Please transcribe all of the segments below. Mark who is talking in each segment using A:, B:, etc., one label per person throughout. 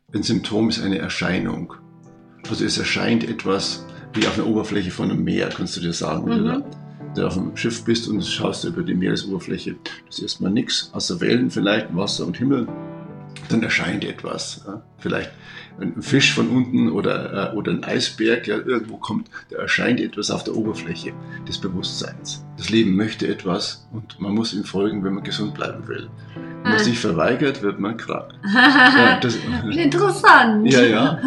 A: Ein Symptom ist eine Erscheinung. Also es erscheint etwas wie auf der Oberfläche von einem Meer, kannst du dir sagen. Wenn du auf dem Schiff bist und schaust über die Meeresoberfläche, das ist erstmal nichts, außer Wellen vielleicht, Wasser und Himmel. Dann erscheint etwas. Ja. Vielleicht ein Fisch von unten oder ein Eisberg, ja, irgendwo kommt, da erscheint etwas auf der Oberfläche des Bewusstseins. Das Leben möchte etwas und man muss ihm folgen, wenn man gesund bleiben will. Wenn man sich verweigert, wird man krank. Ja,
B: Interessant.
A: Ja.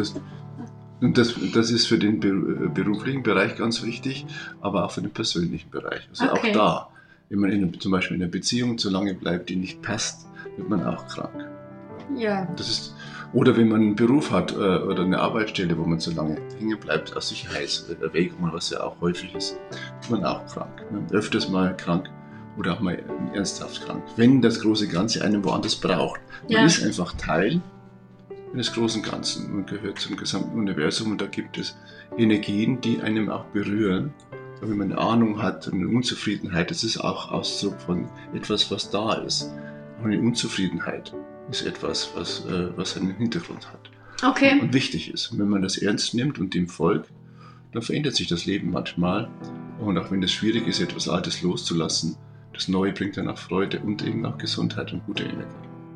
A: Das ist für den beruflichen Bereich ganz wichtig, aber auch für den persönlichen Bereich. Also auch da, wenn man zum Beispiel in einer Beziehung zu lange bleibt, die nicht passt, wird man auch krank.
B: Ja.
A: Oder wenn man einen Beruf hat oder eine Arbeitsstelle, wo man zu lange hängen bleibt, aus Sicherheitserwägungen, was ja auch häufig ist, wird man auch krank. Öfters mal krank oder auch mal ernsthaft krank. Wenn das große Ganze einen woanders braucht. Man ist einfach Teil eines großen Ganzen. Man gehört zum gesamten Universum und da gibt es Energien, die einem auch berühren. Und wenn man eine Ahnung hat, eine Unzufriedenheit, das ist auch Ausdruck von etwas, was da ist. Und eine Unzufriedenheit ist etwas, was einen Hintergrund hat und wichtig ist. Und wenn man das ernst nimmt und dem folgt, dann verändert sich das Leben manchmal. Und auch wenn es schwierig ist, etwas Altes loszulassen, das Neue bringt dann auch Freude und eben auch Gesundheit und gute Energie.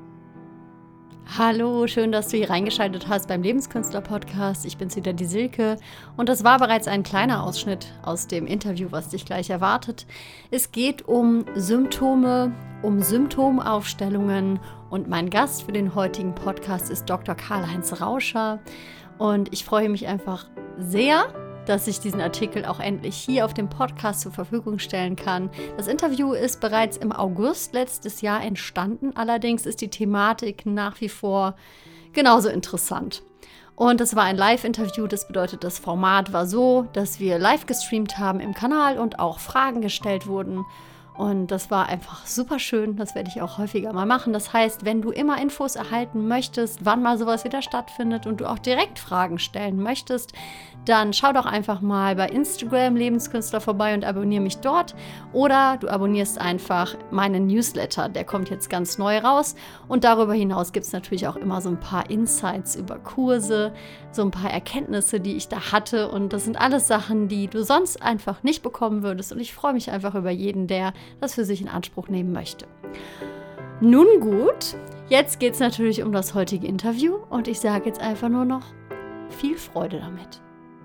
C: Hallo, schön, dass du hier reingeschaltet hast beim Lebenskünstler-Podcast. Ich bin's wieder, die Silke. Und das war bereits ein kleiner Ausschnitt aus dem Interview, was dich gleich erwartet. Es geht um Symptome, um Symptomaufstellungen. Und mein Gast für den heutigen Podcast ist Dr. Karl-Heinz Rauscher. Und ich freue mich einfach sehr, dass ich diesen Artikel auch endlich hier auf dem Podcast zur Verfügung stellen kann. Das Interview ist bereits im August letztes Jahr entstanden. Allerdings ist die Thematik nach wie vor genauso interessant. Und es war ein Live-Interview, das bedeutet, das Format war so, dass wir live gestreamt haben im Kanal und auch Fragen gestellt wurden. Und das war einfach super schön, das werde ich auch häufiger mal machen. Das heißt, wenn du immer Infos erhalten möchtest, wann mal sowas wieder stattfindet und du auch direkt Fragen stellen möchtest, dann schau doch einfach mal bei Instagram Lebenskünstler vorbei und abonniere mich dort. Oder du abonnierst einfach meinen Newsletter, der kommt jetzt ganz neu raus. Und darüber hinaus gibt es natürlich auch immer so ein paar Insights über Kurse, so ein paar Erkenntnisse, die ich da hatte. Und das sind alles Sachen, die du sonst einfach nicht bekommen würdest. Und ich freue mich einfach über jeden, der das für sich in Anspruch nehmen möchte. Nun gut, jetzt geht es natürlich um das heutige Interview. Und ich sage jetzt einfach nur noch viel Freude damit.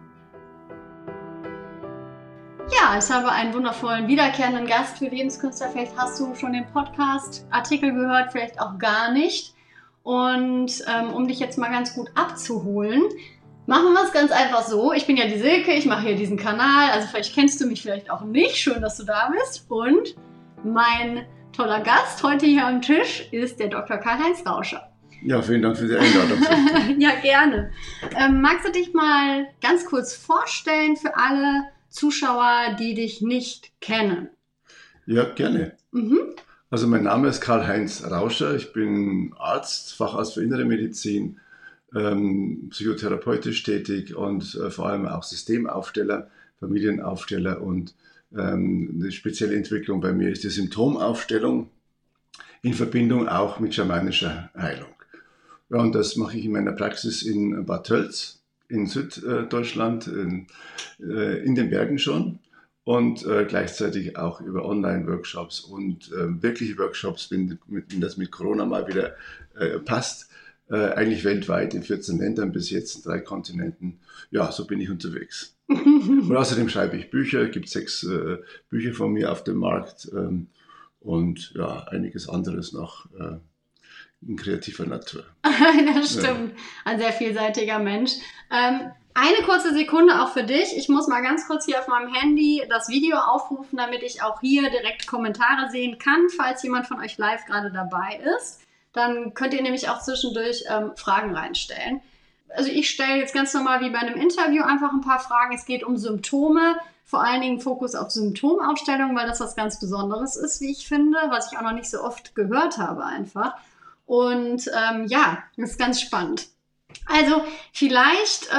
B: Ja, ich habe einen wundervollen wiederkehrenden Gast für Lebenskünstler. Vielleicht hast du schon den Podcast-Artikel gehört, vielleicht auch gar nicht. Und um dich jetzt mal ganz gut abzuholen, machen wir es ganz einfach so. Ich bin ja die Silke, ich mache hier diesen Kanal. Also vielleicht kennst du mich vielleicht auch nicht. Schön, dass du da bist. Und mein toller Gast heute hier am Tisch ist der Dr. Karl-Heinz Rauscher.
A: Ja, vielen Dank für die Einladung.
B: Ja, gerne. Magst du dich mal ganz kurz vorstellen für alle Zuschauer, die dich nicht kennen?
A: Ja, gerne. Also mein Name ist Karl-Heinz Rauscher. Ich bin Arzt, Facharzt für Innere Medizin, psychotherapeutisch tätig und vor allem auch Systemaufsteller, Familienaufsteller und eine spezielle Entwicklung bei mir ist die Symptomaufstellung in Verbindung auch mit schamanischer Heilung. Ja, und das mache ich in meiner Praxis in Bad Tölz in Süddeutschland, in den Bergen schon und gleichzeitig auch über Online-Workshops und wirkliche Workshops, wenn das mit Corona mal wieder passt, eigentlich weltweit in 14 Ländern bis jetzt, in 3 Kontinenten. Ja, so bin ich unterwegs. Und außerdem schreibe ich Bücher, gibt 6 Bücher von mir auf dem Markt und ja, einiges anderes noch in kreativer Natur.
B: Das stimmt, ein sehr vielseitiger Mensch. Eine kurze Sekunde auch für dich. Ich muss mal ganz kurz hier auf meinem Handy das Video aufrufen, damit ich auch hier direkt Kommentare sehen kann, falls jemand von euch live gerade dabei ist. Dann könnt ihr nämlich auch zwischendurch Fragen reinstellen. Also ich stelle jetzt ganz normal wie bei einem Interview einfach ein paar Fragen. Es geht um Symptome, vor allen Dingen Fokus auf Symptomaufstellung, weil das was ganz Besonderes ist, wie ich finde, was ich auch noch nicht so oft gehört habe einfach. Und ja, das ist ganz spannend. Also vielleicht,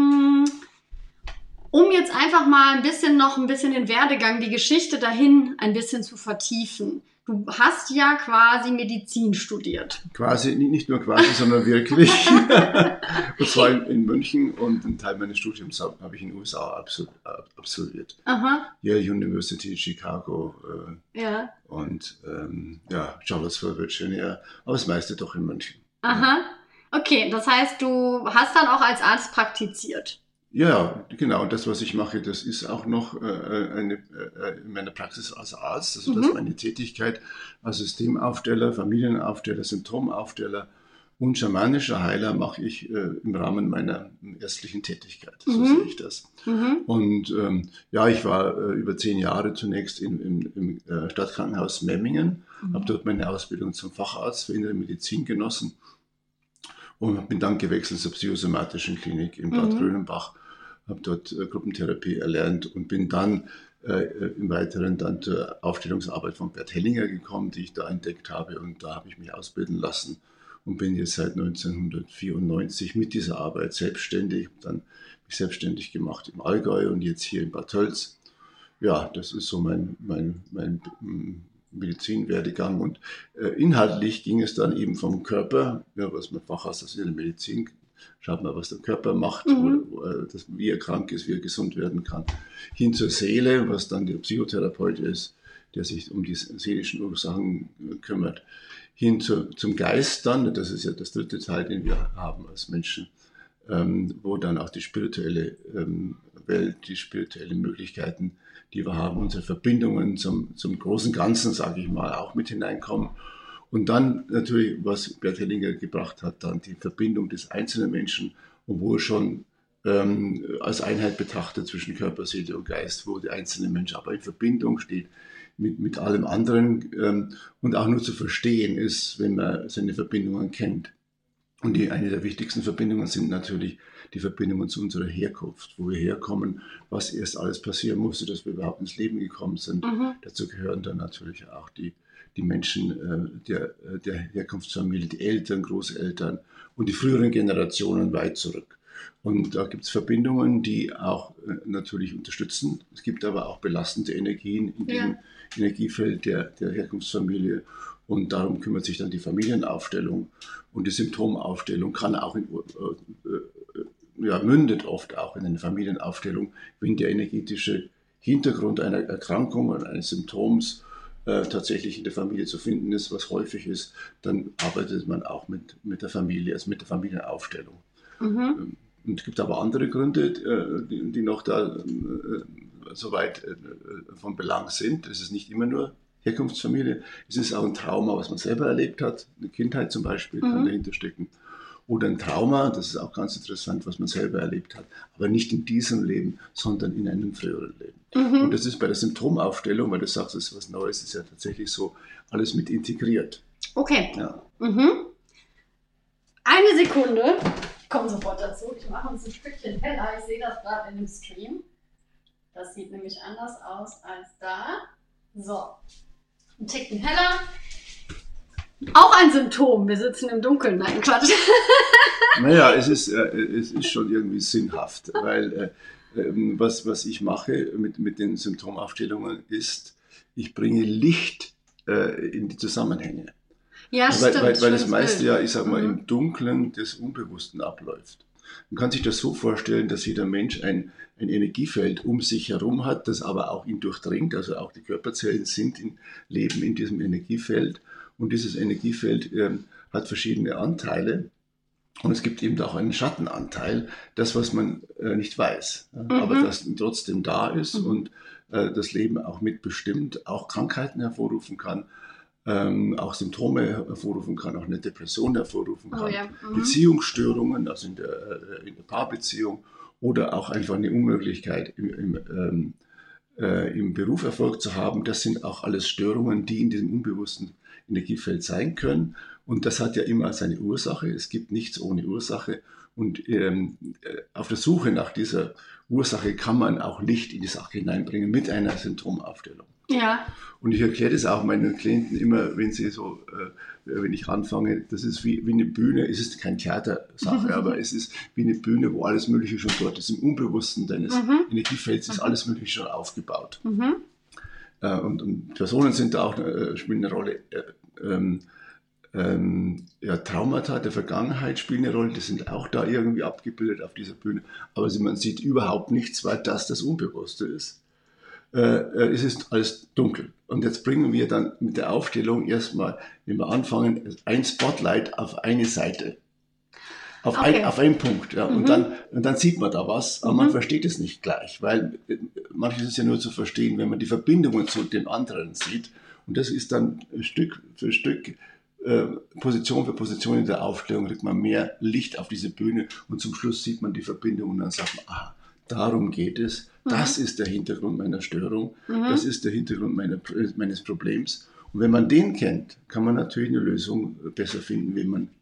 B: um jetzt einfach mal ein bisschen den Werdegang, die Geschichte dahin ein bisschen zu vertiefen. du hast ja quasi Medizin studiert.
A: Quasi, nicht nur quasi, sondern wirklich. Und zwar in München, und einen Teil meines Studiums habe ich in den USA absolviert.
B: Aha.
A: Yale University, Chicago und Charlottesville, Virginia, aber das meiste doch in München.
B: Aha. Okay, das heißt, du hast dann auch als Arzt praktiziert.
A: Ja, genau. Und das, was ich mache, das ist auch noch in meiner Praxis als Arzt. Also das ist meine Tätigkeit als Systemaufsteller, Familienaufsteller, Symptomaufsteller und schamanischer Heiler mache ich im Rahmen meiner ärztlichen Tätigkeit. So sehe ich das. Und ich war über 10 Jahre zunächst im Stadtkrankenhaus Memmingen, habe dort meine Ausbildung zum Facharzt für Innere Medizin genossen und bin dann gewechselt zur psychosomatischen Klinik in Bad Grönenbach, habe dort Gruppentherapie erlernt und bin dann im Weiteren dann zur Aufstellungsarbeit von Bert Hellinger gekommen, die ich da entdeckt habe, und da habe ich mich ausbilden lassen und bin jetzt seit 1994 mit dieser Arbeit selbstständig, habe dann mich selbstständig gemacht im Allgäu und jetzt hier in Bad Tölz. Ja, das ist so mein Medizinwerdegang, und inhaltlich ging es dann eben vom Körper, was man Facharzt aus der Medizin, schaut mal, was der Körper macht, oder, wie er krank ist, wie er gesund werden kann, hin zur Seele, was dann der Psychotherapeut ist, der sich um die seelischen Ursachen kümmert, hin zum Geist dann, das ist ja das dritte Teil, den wir haben als Menschen, wo dann auch die spirituelle Welt, die spirituellen Möglichkeiten, die wir haben, unsere Verbindungen zum großen Ganzen, sage ich mal, auch mit hineinkommen. Und dann natürlich, was Bert Hellinger gebracht hat, dann die Verbindung des einzelnen Menschen, obwohl schon als Einheit betrachtet zwischen Körper, Seele und Geist, wo der einzelne Mensch aber in Verbindung steht mit allem anderen und auch nur zu verstehen ist, wenn man seine Verbindungen kennt. Und eine der wichtigsten Verbindungen sind natürlich die Verbindungen zu unserer Herkunft, wo wir herkommen, was erst alles passieren musste, dass wir überhaupt ins Leben gekommen sind. Dazu gehören dann natürlich auch die Menschen der Herkunftsfamilie, die Eltern, Großeltern und die früheren Generationen weit zurück. Und da gibt es Verbindungen, die auch natürlich unterstützen. Es gibt aber auch belastende Energien in dem Energiefeld der Herkunftsfamilie. Und darum kümmert sich dann die Familienaufstellung, und die Symptomaufstellung kann auch mündet oft auch in eine Familienaufstellung, wenn der energetische Hintergrund einer Erkrankung oder eines Symptoms tatsächlich in der Familie zu finden ist, was häufig ist, dann arbeitet man auch mit der Familie, also mit der Familienaufstellung. Und es gibt aber andere Gründe, die noch da soweit von Belang sind. Es ist nicht immer nur Herkunftsfamilie, es ist auch ein Trauma, was man selber erlebt hat, eine Kindheit zum Beispiel kann dahinter stecken. Oder ein Trauma, das ist auch ganz interessant, was man selber erlebt hat, aber nicht in diesem Leben, sondern in einem früheren Leben. Und das ist bei der Symptomaufstellung, weil du sagst, es ist was Neues, ist ja tatsächlich so alles mit integriert.
B: Okay. Ja. Eine Sekunde. Ich komme sofort dazu. Ich mache uns ein Stückchen heller. Ich sehe das gerade in dem Stream. Das sieht nämlich anders aus als da. So. Ein Ticken heller. Auch ein Symptom. Wir sitzen im Dunkeln. Nein, Quatsch.
A: Naja, es ist schon irgendwie sinnhaft, weil was ich mache mit den Symptomaufstellungen ist, ich bringe Licht in die Zusammenhänge.
B: Ja, stimmt.
A: Weil das meiste ja, ich sag mal, im Dunkeln des Unbewussten abläuft. Man kann sich das so vorstellen, dass jeder Mensch ein Energiefeld um sich herum hat, das aber auch ihn durchdringt. Also auch die Körperzellen leben in diesem Energiefeld. Und dieses Energiefeld hat verschiedene Anteile. Und es gibt eben auch einen Schattenanteil, das, was man nicht weiß, aber das trotzdem da ist und das Leben auch mitbestimmt, auch Krankheiten hervorrufen kann, auch Symptome hervorrufen kann, auch eine Depression hervorrufen kann, Beziehungsstörungen, also in der Paarbeziehung, oder auch einfach eine Unmöglichkeit im Beruf Erfolg zu haben. Das sind auch alles Störungen, die in diesem unbewussten Energiefeld sein können. Und das hat ja immer seine Ursache. Es gibt nichts ohne Ursache. Und auf der Suche nach dieser Ursache kann man auch Licht in die Sache hineinbringen mit einer Symptomaufstellung.
B: Ja.
A: Und ich erkläre das auch meinen Klienten immer, wenn ich anfange, das ist wie eine Bühne, es ist keine Theatersache, aber es ist wie eine Bühne, wo alles Mögliche schon dort ist. Im Unbewussten deines Energiefelds ist alles Mögliche schon aufgebaut. und Personen sind da auch, spielen eine Rolle. Traumata der Vergangenheit spielen eine Rolle, die sind auch da irgendwie abgebildet auf dieser Bühne, aber man sieht überhaupt nichts, weil das Unbewusste ist. Es ist alles dunkel. Und jetzt bringen wir dann mit der Aufstellung erstmal, wenn wir anfangen, ein Spotlight auf eine Seite. Auf einen Punkt. Ja. Und dann sieht man da was, aber man versteht es nicht gleich, weil manches ist ja nur zu verstehen, wenn man die Verbindungen zu den anderen sieht. Und das ist dann Stück für Stück, Position für Position in der Aufstellung, kriegt man mehr Licht auf diese Bühne und zum Schluss sieht man die Verbindung und dann sagt man, aha, darum geht es, das ist der Hintergrund meiner Störung, das ist der Hintergrund meines Problems. Und wenn man den kennt, kann man natürlich eine Lösung besser finden, wenn man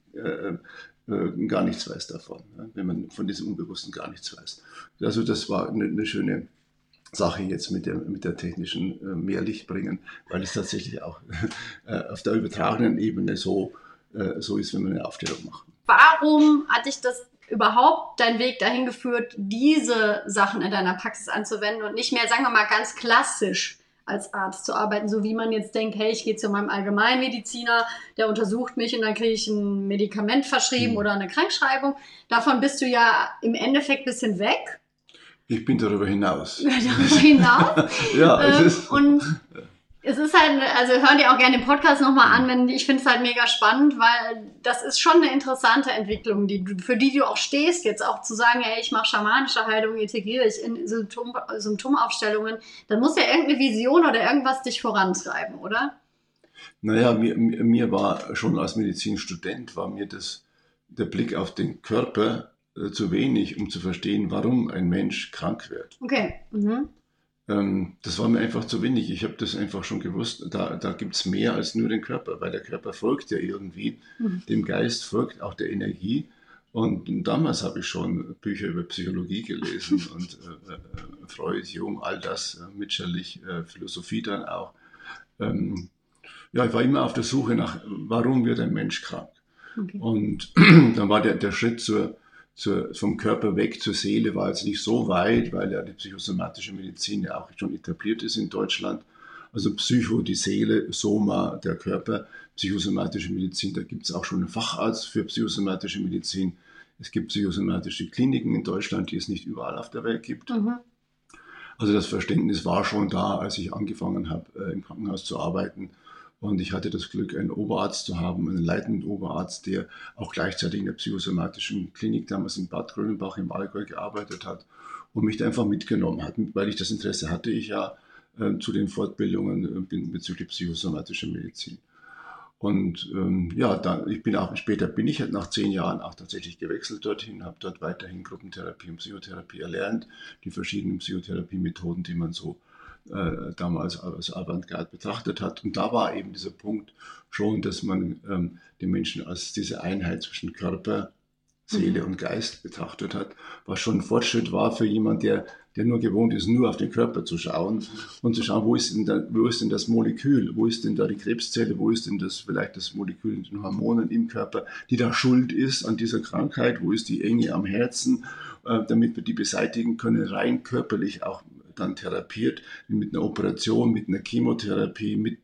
A: gar nichts weiß davon, wenn man von diesem Unbewussten gar nichts weiß. Also das war eine schöne Sache jetzt mit der technischen Mehrlicht bringen, weil es tatsächlich auch auf der übertragenen Ebene so ist, wenn wir eine Aufstellung machen.
B: Warum hat dich das überhaupt dein Weg dahin geführt, diese Sachen in deiner Praxis anzuwenden und nicht mehr, sagen wir mal, ganz klassisch als Arzt zu arbeiten, so wie man jetzt denkt, hey, ich gehe zu meinem Allgemeinmediziner, der untersucht mich und dann kriege ich ein Medikament verschrieben oder eine Krankschreibung. Davon bist du ja im Endeffekt ein bisschen weg.
A: Ich bin darüber hinaus.
B: Ja, es ist halt, also hören dir auch gerne den Podcast nochmal an, ich finde es halt mega spannend, weil das ist schon eine interessante Entwicklung, für die du auch stehst, jetzt auch zu sagen, hey, ich mache schamanische Heilung, integriere ich in Symptomaufstellungen, dann muss ja irgendeine Vision oder irgendwas dich vorantreiben, oder?
A: Naja, mir war schon als Medizinstudent, war mir der Blick auf den Körper zu wenig, um zu verstehen, warum ein Mensch krank wird.
B: Okay.
A: Das war mir einfach zu wenig. Ich habe das einfach schon gewusst, da gibt es mehr als nur den Körper, weil der Körper folgt ja irgendwie, dem Geist folgt auch der Energie. Und damals habe ich schon Bücher über Psychologie gelesen und Freud, Jung, all das, Mitscherlich, Philosophie dann auch. Ich war immer auf der Suche nach, warum wird ein Mensch krank? Okay. Und dann war der Schritt vom Körper weg zur Seele war jetzt nicht so weit, weil ja die psychosomatische Medizin ja auch schon etabliert ist in Deutschland. Also Psycho, die Seele, Soma, der Körper, psychosomatische Medizin, da gibt es auch schon einen Facharzt für psychosomatische Medizin. Es gibt psychosomatische Kliniken in Deutschland, die es nicht überall auf der Welt gibt. Also das Verständnis war schon da, als ich angefangen habe, im Krankenhaus zu arbeiten. Und ich hatte das Glück, einen Oberarzt zu haben, einen leitenden Oberarzt, der auch gleichzeitig in der psychosomatischen Klinik damals in Bad Grönenbach im Allgäu gearbeitet hat und mich da einfach mitgenommen hat, weil ich das Interesse hatte, ich ja zu den Fortbildungen bezüglich psychosomatischer Medizin. Und später bin ich halt nach 10 Jahren auch tatsächlich gewechselt dorthin, habe dort weiterhin Gruppentherapie und Psychotherapie erlernt, die verschiedenen Psychotherapiemethoden, die man so damals als Avantgarde betrachtet hat. Und da war eben dieser Punkt schon, dass man den Menschen als diese Einheit zwischen Körper, Seele und Geist betrachtet hat, was schon ein Fortschritt war für jemanden, der nur gewohnt ist, nur auf den Körper zu schauen und zu schauen, wo ist denn das Molekül, wo ist denn da die Krebszelle, wo ist denn vielleicht das Molekül in den Hormonen im Körper, die da schuld ist an dieser Krankheit, wo ist die Enge am Herzen, damit wir die beseitigen können, rein körperlich auch dann therapiert, mit einer Operation, mit einer Chemotherapie, mit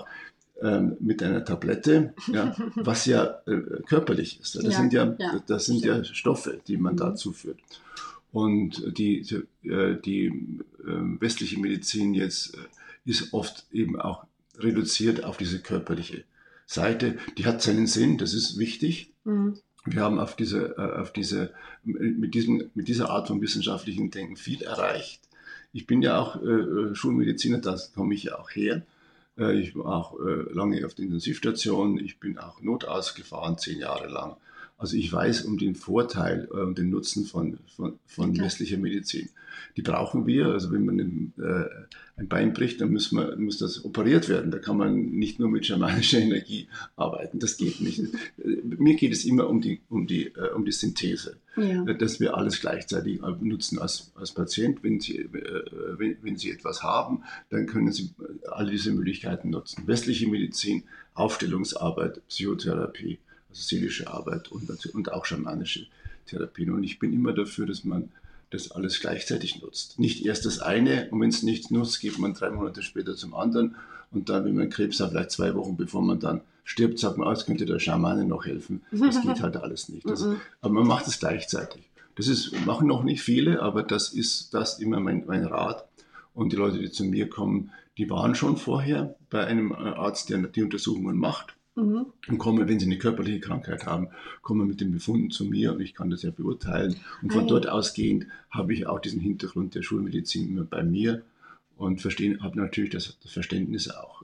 A: einer Tablette, ja, was ja körperlich ist. Das sind ja Stoffe, die man da zuführt. Und die westliche Medizin jetzt ist oft eben auch reduziert auf diese körperliche Seite. Die hat seinen Sinn, das ist wichtig. Wir haben mit dieser Art von wissenschaftlichem Denken viel erreicht. Ich bin ja auch Schulmediziner, da komme ich ja auch her. Ich war auch lange auf der Intensivstation. Ich bin auch Notarzt gefahren, 10 Jahre lang. Also ich weiß um den Vorteil und den Nutzen von westlicher Medizin. Die brauchen wir. Also wenn man ein Bein bricht, dann muss das operiert werden. Da kann man nicht nur mit schamanischer Energie arbeiten. Das geht nicht. Mir geht es immer um die Synthese, dass wir alles gleichzeitig nutzen als Patient. Wenn Sie etwas haben, dann können Sie alle diese Möglichkeiten nutzen. Westliche Medizin, Aufstellungsarbeit, Psychotherapie, also seelische Arbeit und auch schamanische Therapien. Und ich bin immer dafür, dass man das alles gleichzeitig nutzt. Nicht erst das eine und wenn es nichts nutzt, geht man 3 Monate später zum anderen und dann, wenn man Krebs hat, vielleicht 2 Wochen bevor man dann stirbt, sagt man, es könnte der Schamane noch helfen. Das geht halt alles nicht. Aber man macht es gleichzeitig. Machen noch nicht viele, aber das ist immer mein Rat. Und die Leute, die zu mir kommen, die waren schon vorher bei einem Arzt, der die Untersuchungen macht. Und kommen, wenn sie eine körperliche Krankheit haben, kommen mit den Befunden zu mir und ich kann das ja beurteilen. Und von dort ausgehend habe ich auch diesen Hintergrund der Schulmedizin immer bei mir und habe natürlich das Verständnis auch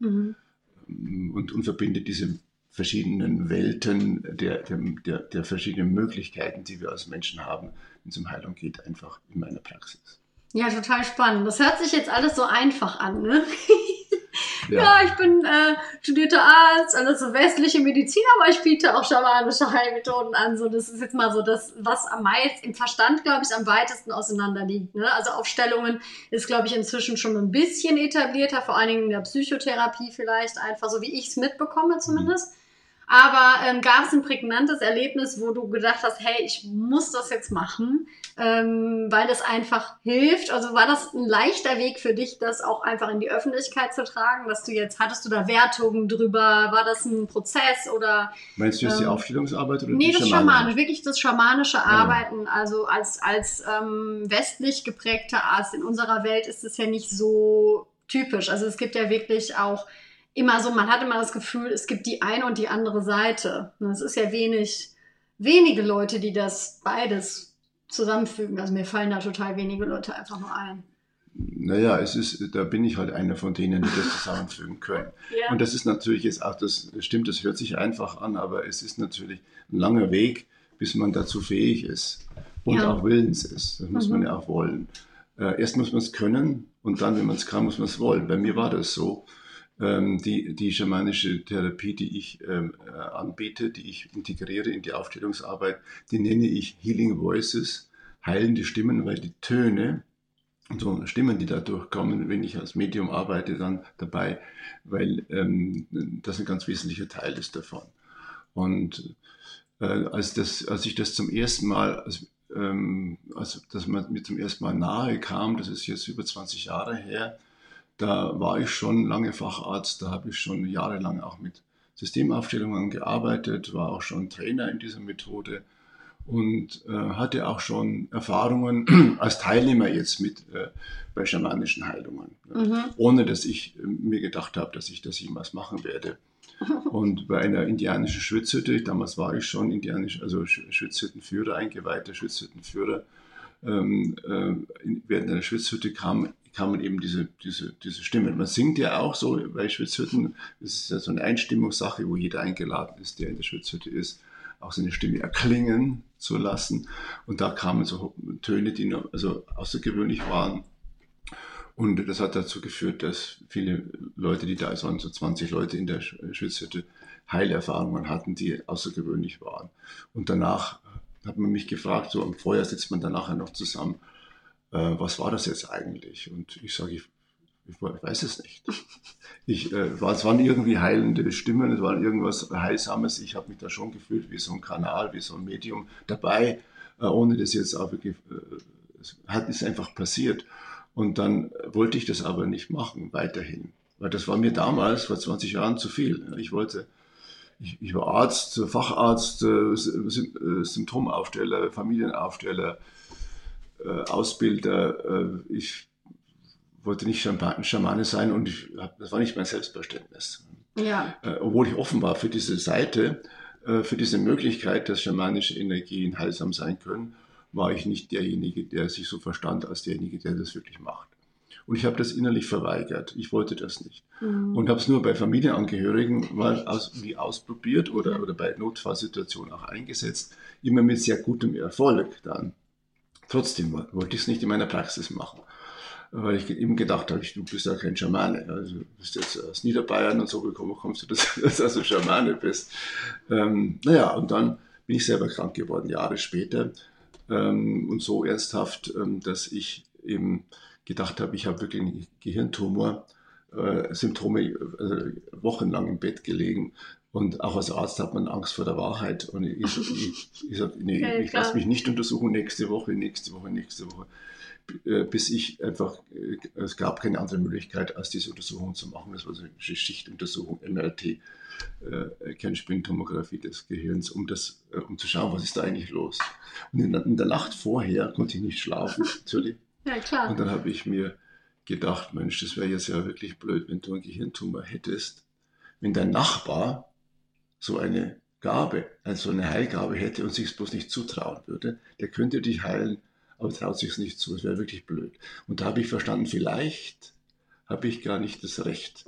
A: und verbinde diese verschiedenen Welten der verschiedenen Möglichkeiten, die wir als Menschen haben, wenn es um Heilung geht, einfach in meiner Praxis.
B: Ja, total spannend. Das hört sich jetzt alles so einfach an, ne? Ja, ich bin studierter Arzt, alles so westliche Medizin, aber ich biete auch schamanische Heilmethoden an. So, das ist jetzt mal so das, was am meisten im Verstand, glaube ich, am weitesten auseinander liegt. Ne? Also Aufstellungen ist, glaube ich, inzwischen schon ein bisschen etablierter, vor allen Dingen in der Psychotherapie vielleicht einfach, so wie ich es mitbekomme zumindest. Aber gab es ein prägnantes Erlebnis, wo du gedacht hast, hey, ich muss das jetzt machen, weil das einfach hilft? Also war das ein leichter Weg für dich, das auch einfach in die Öffentlichkeit zu tragen, hattest du da Wertungen drüber? War das ein Prozess oder?
A: Meinst du jetzt die Aufstellungsarbeit oder
B: nee,
A: die
B: das Schamanische, wirklich das schamanische Arbeiten. Also als westlich geprägter Arzt in unserer Welt ist es ja nicht so typisch. Also es gibt ja wirklich auch immer so, man hat immer das Gefühl, es gibt die eine und die andere Seite. Es ist ja wenige Leute, die das beides zusammenfügen. Also mir fallen da total wenige Leute einfach nur ein.
A: Naja, da bin ich halt einer von denen, die das zusammenfügen können. Ja. Und das ist natürlich jetzt auch, das stimmt, das hört sich einfach an, aber es ist natürlich ein langer Weg, bis man dazu fähig ist und auch willens ist. Das muss man ja auch wollen. Erst muss man es können und dann, wenn man es kann, muss man es wollen. Bei mir war das so. Die schamanische Therapie, die ich anbiete, die ich integriere in die Aufstellungsarbeit, die nenne ich Healing Voices, heilende Stimmen, weil die Töne, so Stimmen, die dadurch kommen, wenn ich als Medium arbeite, dann dabei, weil das ein ganz wesentlicher Teil ist davon. Und als ich das zum ersten Mal, dass man mir zum ersten Mal nahe kam, das ist jetzt über 20 Jahre her, da war ich schon lange Facharzt, da habe ich schon jahrelang auch mit Systemaufstellungen gearbeitet, war auch schon Trainer in dieser Methode und hatte auch schon Erfahrungen als Teilnehmer jetzt bei schamanischen Heilungen, ohne dass ich mir gedacht habe, dass ich das jemals machen werde. Und bei einer indianischen Schwitzhütte, damals war ich schon also Schwitzhüttenführer, eingeweihter Schwitzhüttenführer, während einer Schwitzhütte kamen eben diese Stimmen. Man singt ja auch so bei Schwitzhütten, das ist ja so eine Einstimmungssache, wo jeder eingeladen ist, der in der Schwitzhütte ist, auch seine Stimme erklingen zu lassen. Und da kamen so Töne, die also außergewöhnlich waren. Und das hat dazu geführt, dass viele Leute, die da waren, so 20 Leute in der Schwitzhütte, Heilerfahrungen hatten, die außergewöhnlich waren. Und danach hat man mich gefragt, so am Feuer sitzt man dann nachher noch zusammen, was war das jetzt eigentlich? Und ich sage, ich weiß es nicht. Es waren irgendwie heilende Stimmen, es war irgendwas Heilsames. Ich habe mich da schon gefühlt wie so ein Kanal, wie so ein Medium dabei, ohne das jetzt auch wirklich, ist einfach passiert. Und dann wollte ich das aber nicht machen, weiterhin. Weil das war mir damals, vor 20 Jahren, zu viel. Ich war Arzt, Facharzt, Symptomaufsteller, Familienaufsteller, Ausbilder. Ich wollte nicht Schamane sein und das war nicht mein Selbstverständnis. Ja. Obwohl ich offen war für diese Seite, für diese Möglichkeit, dass schamanische Energien heilsam sein können, war ich nicht derjenige, der sich so verstand als derjenige, der das wirklich macht. Und ich habe das innerlich verweigert. Ich wollte das nicht. Und habe es nur bei Familienangehörigen mal ausprobiert oder bei Notfallsituationen auch eingesetzt. Immer mit sehr gutem Erfolg dann. Trotzdem wollte ich es nicht in meiner Praxis machen. Weil ich eben gedacht habe, du bist ja kein Schamane. Also du bist jetzt aus Niederbayern und so gekommen, kommst du, dass du also Schamane bist. Und dann bin ich selber krank geworden, Jahre später. Und so ernsthaft, dass ich eben gedacht habe, ich habe wirklich einen Gehirntumor, Symptome, wochenlang im Bett gelegen Und auch als Arzt hat man Angst vor der Wahrheit. Und ich sage, nee,
B: Ja,
A: ich lasse mich nicht untersuchen nächste Woche. Bis ich einfach, es gab keine andere Möglichkeit, als diese Untersuchung zu machen. Das war so eine Schichtuntersuchung, MRT, Kernspintomographie des Gehirns, um zu schauen, was ist da eigentlich los. Und in der Nacht vorher konnte ich nicht schlafen, natürlich.
B: Ja, klar.
A: Und dann habe ich mir gedacht, Mensch, das wäre jetzt ja wirklich blöd, wenn du einen Gehirntumor hättest. Wenn dein Nachbar so eine Gabe, also eine Heilgabe hätte und sich es bloß nicht zutrauen würde, der könnte dich heilen, aber traut sich es nicht zu. Das wäre wirklich blöd. Und da habe ich verstanden, vielleicht habe ich gar nicht das Recht,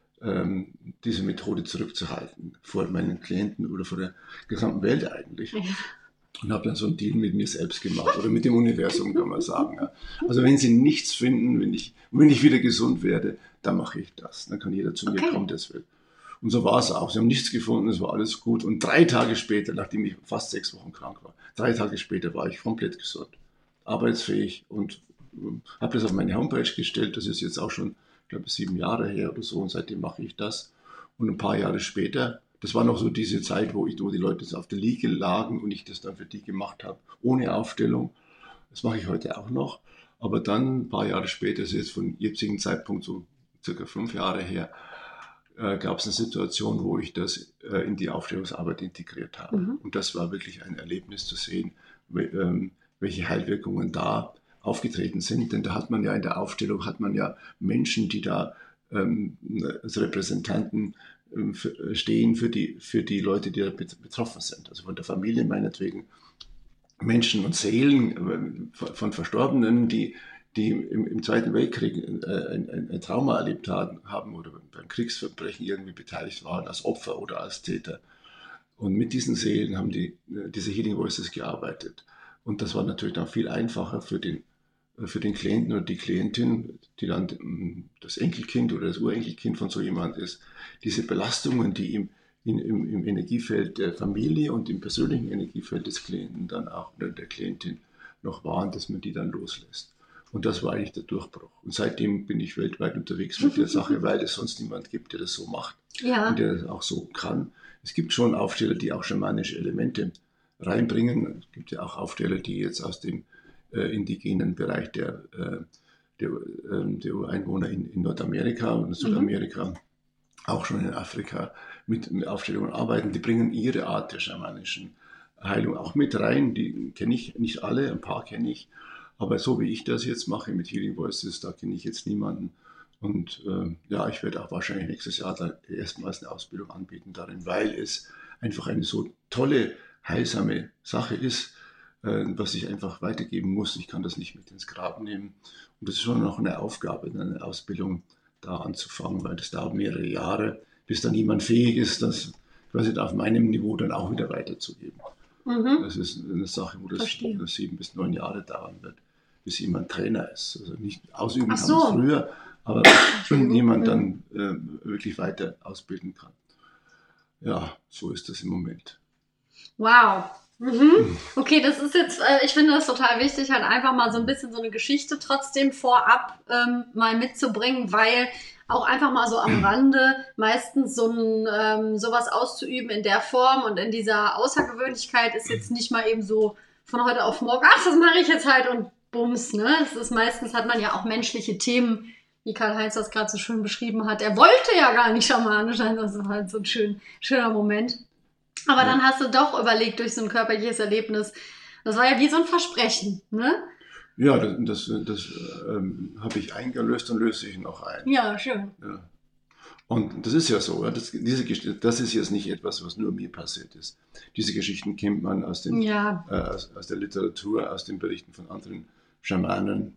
A: diese Methode zurückzuhalten vor meinen Klienten oder vor der gesamten Welt eigentlich.
B: Ja.
A: Und habe dann so einen Deal mit mir selbst gemacht oder mit dem Universum, kann man sagen. Ja. Also wenn sie nichts finden, wenn ich wieder gesund werde, dann mache ich das. Dann kann jeder zu mir kommen, der es will. Und so war es auch. Sie haben nichts gefunden, es war alles gut. Und 3 Tage später, nachdem ich fast 6 Wochen krank war, 3 Tage später war ich komplett gesund, arbeitsfähig und habe das auf meine Homepage gestellt. Das ist jetzt auch schon, ich glaube, 7 Jahre her oder so. Und seitdem mache ich das. Und ein paar Jahre später, das war noch so diese Zeit, wo die Leute auf der Liege lagen und ich das dann für die gemacht habe, ohne Aufstellung. Das mache ich heute auch noch. Aber dann, ein paar Jahre später, das ist jetzt vom jetzigen Zeitpunkt so circa 5 Jahre her, gab es eine Situation, wo ich das in die Aufstellungsarbeit integriert habe. Und das war wirklich ein Erlebnis zu sehen, welche Heilwirkungen da aufgetreten sind. Denn da hat man ja in der Aufstellung Menschen, die da als Repräsentanten stehen für die Leute, die da betroffen sind. Also von der Familie meinetwegen, Menschen und Seelen von Verstorbenen, die im Zweiten Weltkrieg ein Trauma erlebt haben oder beim Kriegsverbrechen irgendwie beteiligt waren, als Opfer oder als Täter. Und mit diesen Seelen haben diese Healing Voices gearbeitet. Und das war natürlich dann viel einfacher für den Klienten oder die Klientin, die dann das Enkelkind oder das Urenkelkind von so jemand ist, diese Belastungen, die im Energiefeld der Familie und im persönlichen Energiefeld des Klienten dann auch oder der Klientin noch waren, dass man die dann loslässt. Und das war eigentlich der Durchbruch. Und seitdem bin ich weltweit unterwegs mit der Sache, weil es sonst niemand gibt, der das so macht und der das auch so kann. Es gibt schon Aufsteller, die auch schamanische Elemente reinbringen. Es gibt ja auch Aufsteller, die jetzt aus dem indigenen Bereich der Ureinwohner in Nordamerika und Südamerika, auch schon in Afrika, mit Aufstellungen arbeiten. Die bringen ihre Art der schamanischen Heilung auch mit rein. Die kenne ich nicht alle, ein paar kenne ich. Aber so wie ich das jetzt mache mit Healing Voices, da kenne ich jetzt niemanden. Und ich werde auch wahrscheinlich nächstes Jahr dann erstmals eine Ausbildung anbieten darin, weil es einfach eine so tolle, heilsame Sache ist, was ich einfach weitergeben muss. Ich kann das nicht mit ins Grab nehmen. Und das ist schon noch eine Aufgabe, eine Ausbildung da anzufangen, weil das dauert mehrere Jahre, bis dann jemand fähig ist, das quasi auf meinem Niveau dann auch wieder weiterzugeben. Das ist eine Sache, wo das 7 bis 9 Jahre dauern wird, bis jemand Trainer ist. Also nicht ausüben kann es früher, aber jemand dann wirklich weiter ausbilden kann. Ja, so ist das im Moment.
B: Wow. Okay, das ist jetzt, ich finde das total wichtig, halt einfach mal so ein bisschen so eine Geschichte trotzdem vorab mal mitzubringen, weil auch einfach mal so am Rande meistens sowas auszuüben in der Form und in dieser Außergewöhnlichkeit ist jetzt nicht mal eben so von heute auf morgen, ach, das mache ich jetzt halt und bums, ne? Das ist meistens, hat man ja auch menschliche Themen, wie Karl-Heinz das gerade so schön beschrieben hat. Er wollte ja gar nicht schamanisch sein, das ist halt so ein schöner Moment. Aber dann hast du doch überlegt durch so ein körperliches Erlebnis, das war ja wie so ein Versprechen, ne?
A: Ja, das habe ich eingelöst und löse ich noch ein.
B: Ja, schön.
A: Ja. Und das ist ja so, das ist jetzt nicht etwas, was nur mir passiert ist. Diese Geschichten kennt man aus der Literatur, aus den Berichten von anderen Schamanen.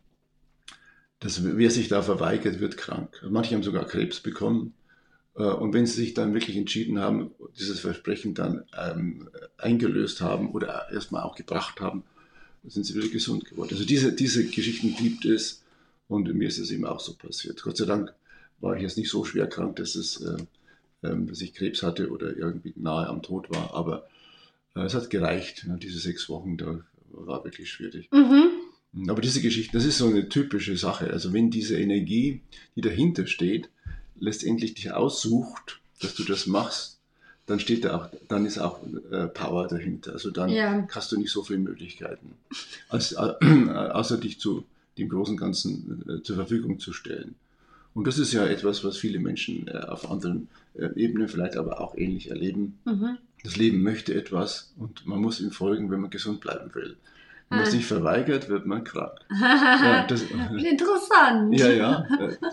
A: Wer sich da verweigert, wird krank. Manche haben sogar Krebs bekommen. Und wenn sie sich dann wirklich entschieden haben, dieses Versprechen dann eingelöst haben oder erstmal auch gebracht haben, sind sie wieder gesund geworden. Also diese Geschichten gibt es und mir ist es eben auch so passiert. Gott sei Dank war ich jetzt nicht so schwer krank, dass ich Krebs hatte oder irgendwie nahe am Tod war, aber es hat gereicht. Diese 6 Wochen, da war wirklich schwierig. Aber diese Geschichten, das ist so eine typische Sache. Also wenn diese Energie, die dahinter steht, letztendlich dich aussucht, dass du das machst, dann ist auch Power dahinter. Also dann hast du nicht so viele Möglichkeiten, außer dich dem großen Ganzen zur Verfügung zu stellen. Und das ist ja etwas, was viele Menschen auf anderen Ebenen vielleicht aber auch ähnlich erleben. Das Leben möchte etwas und man muss ihm folgen, wenn man gesund bleiben will. Wenn man sich verweigert, wird man krank.
B: Interessant.
A: Ja.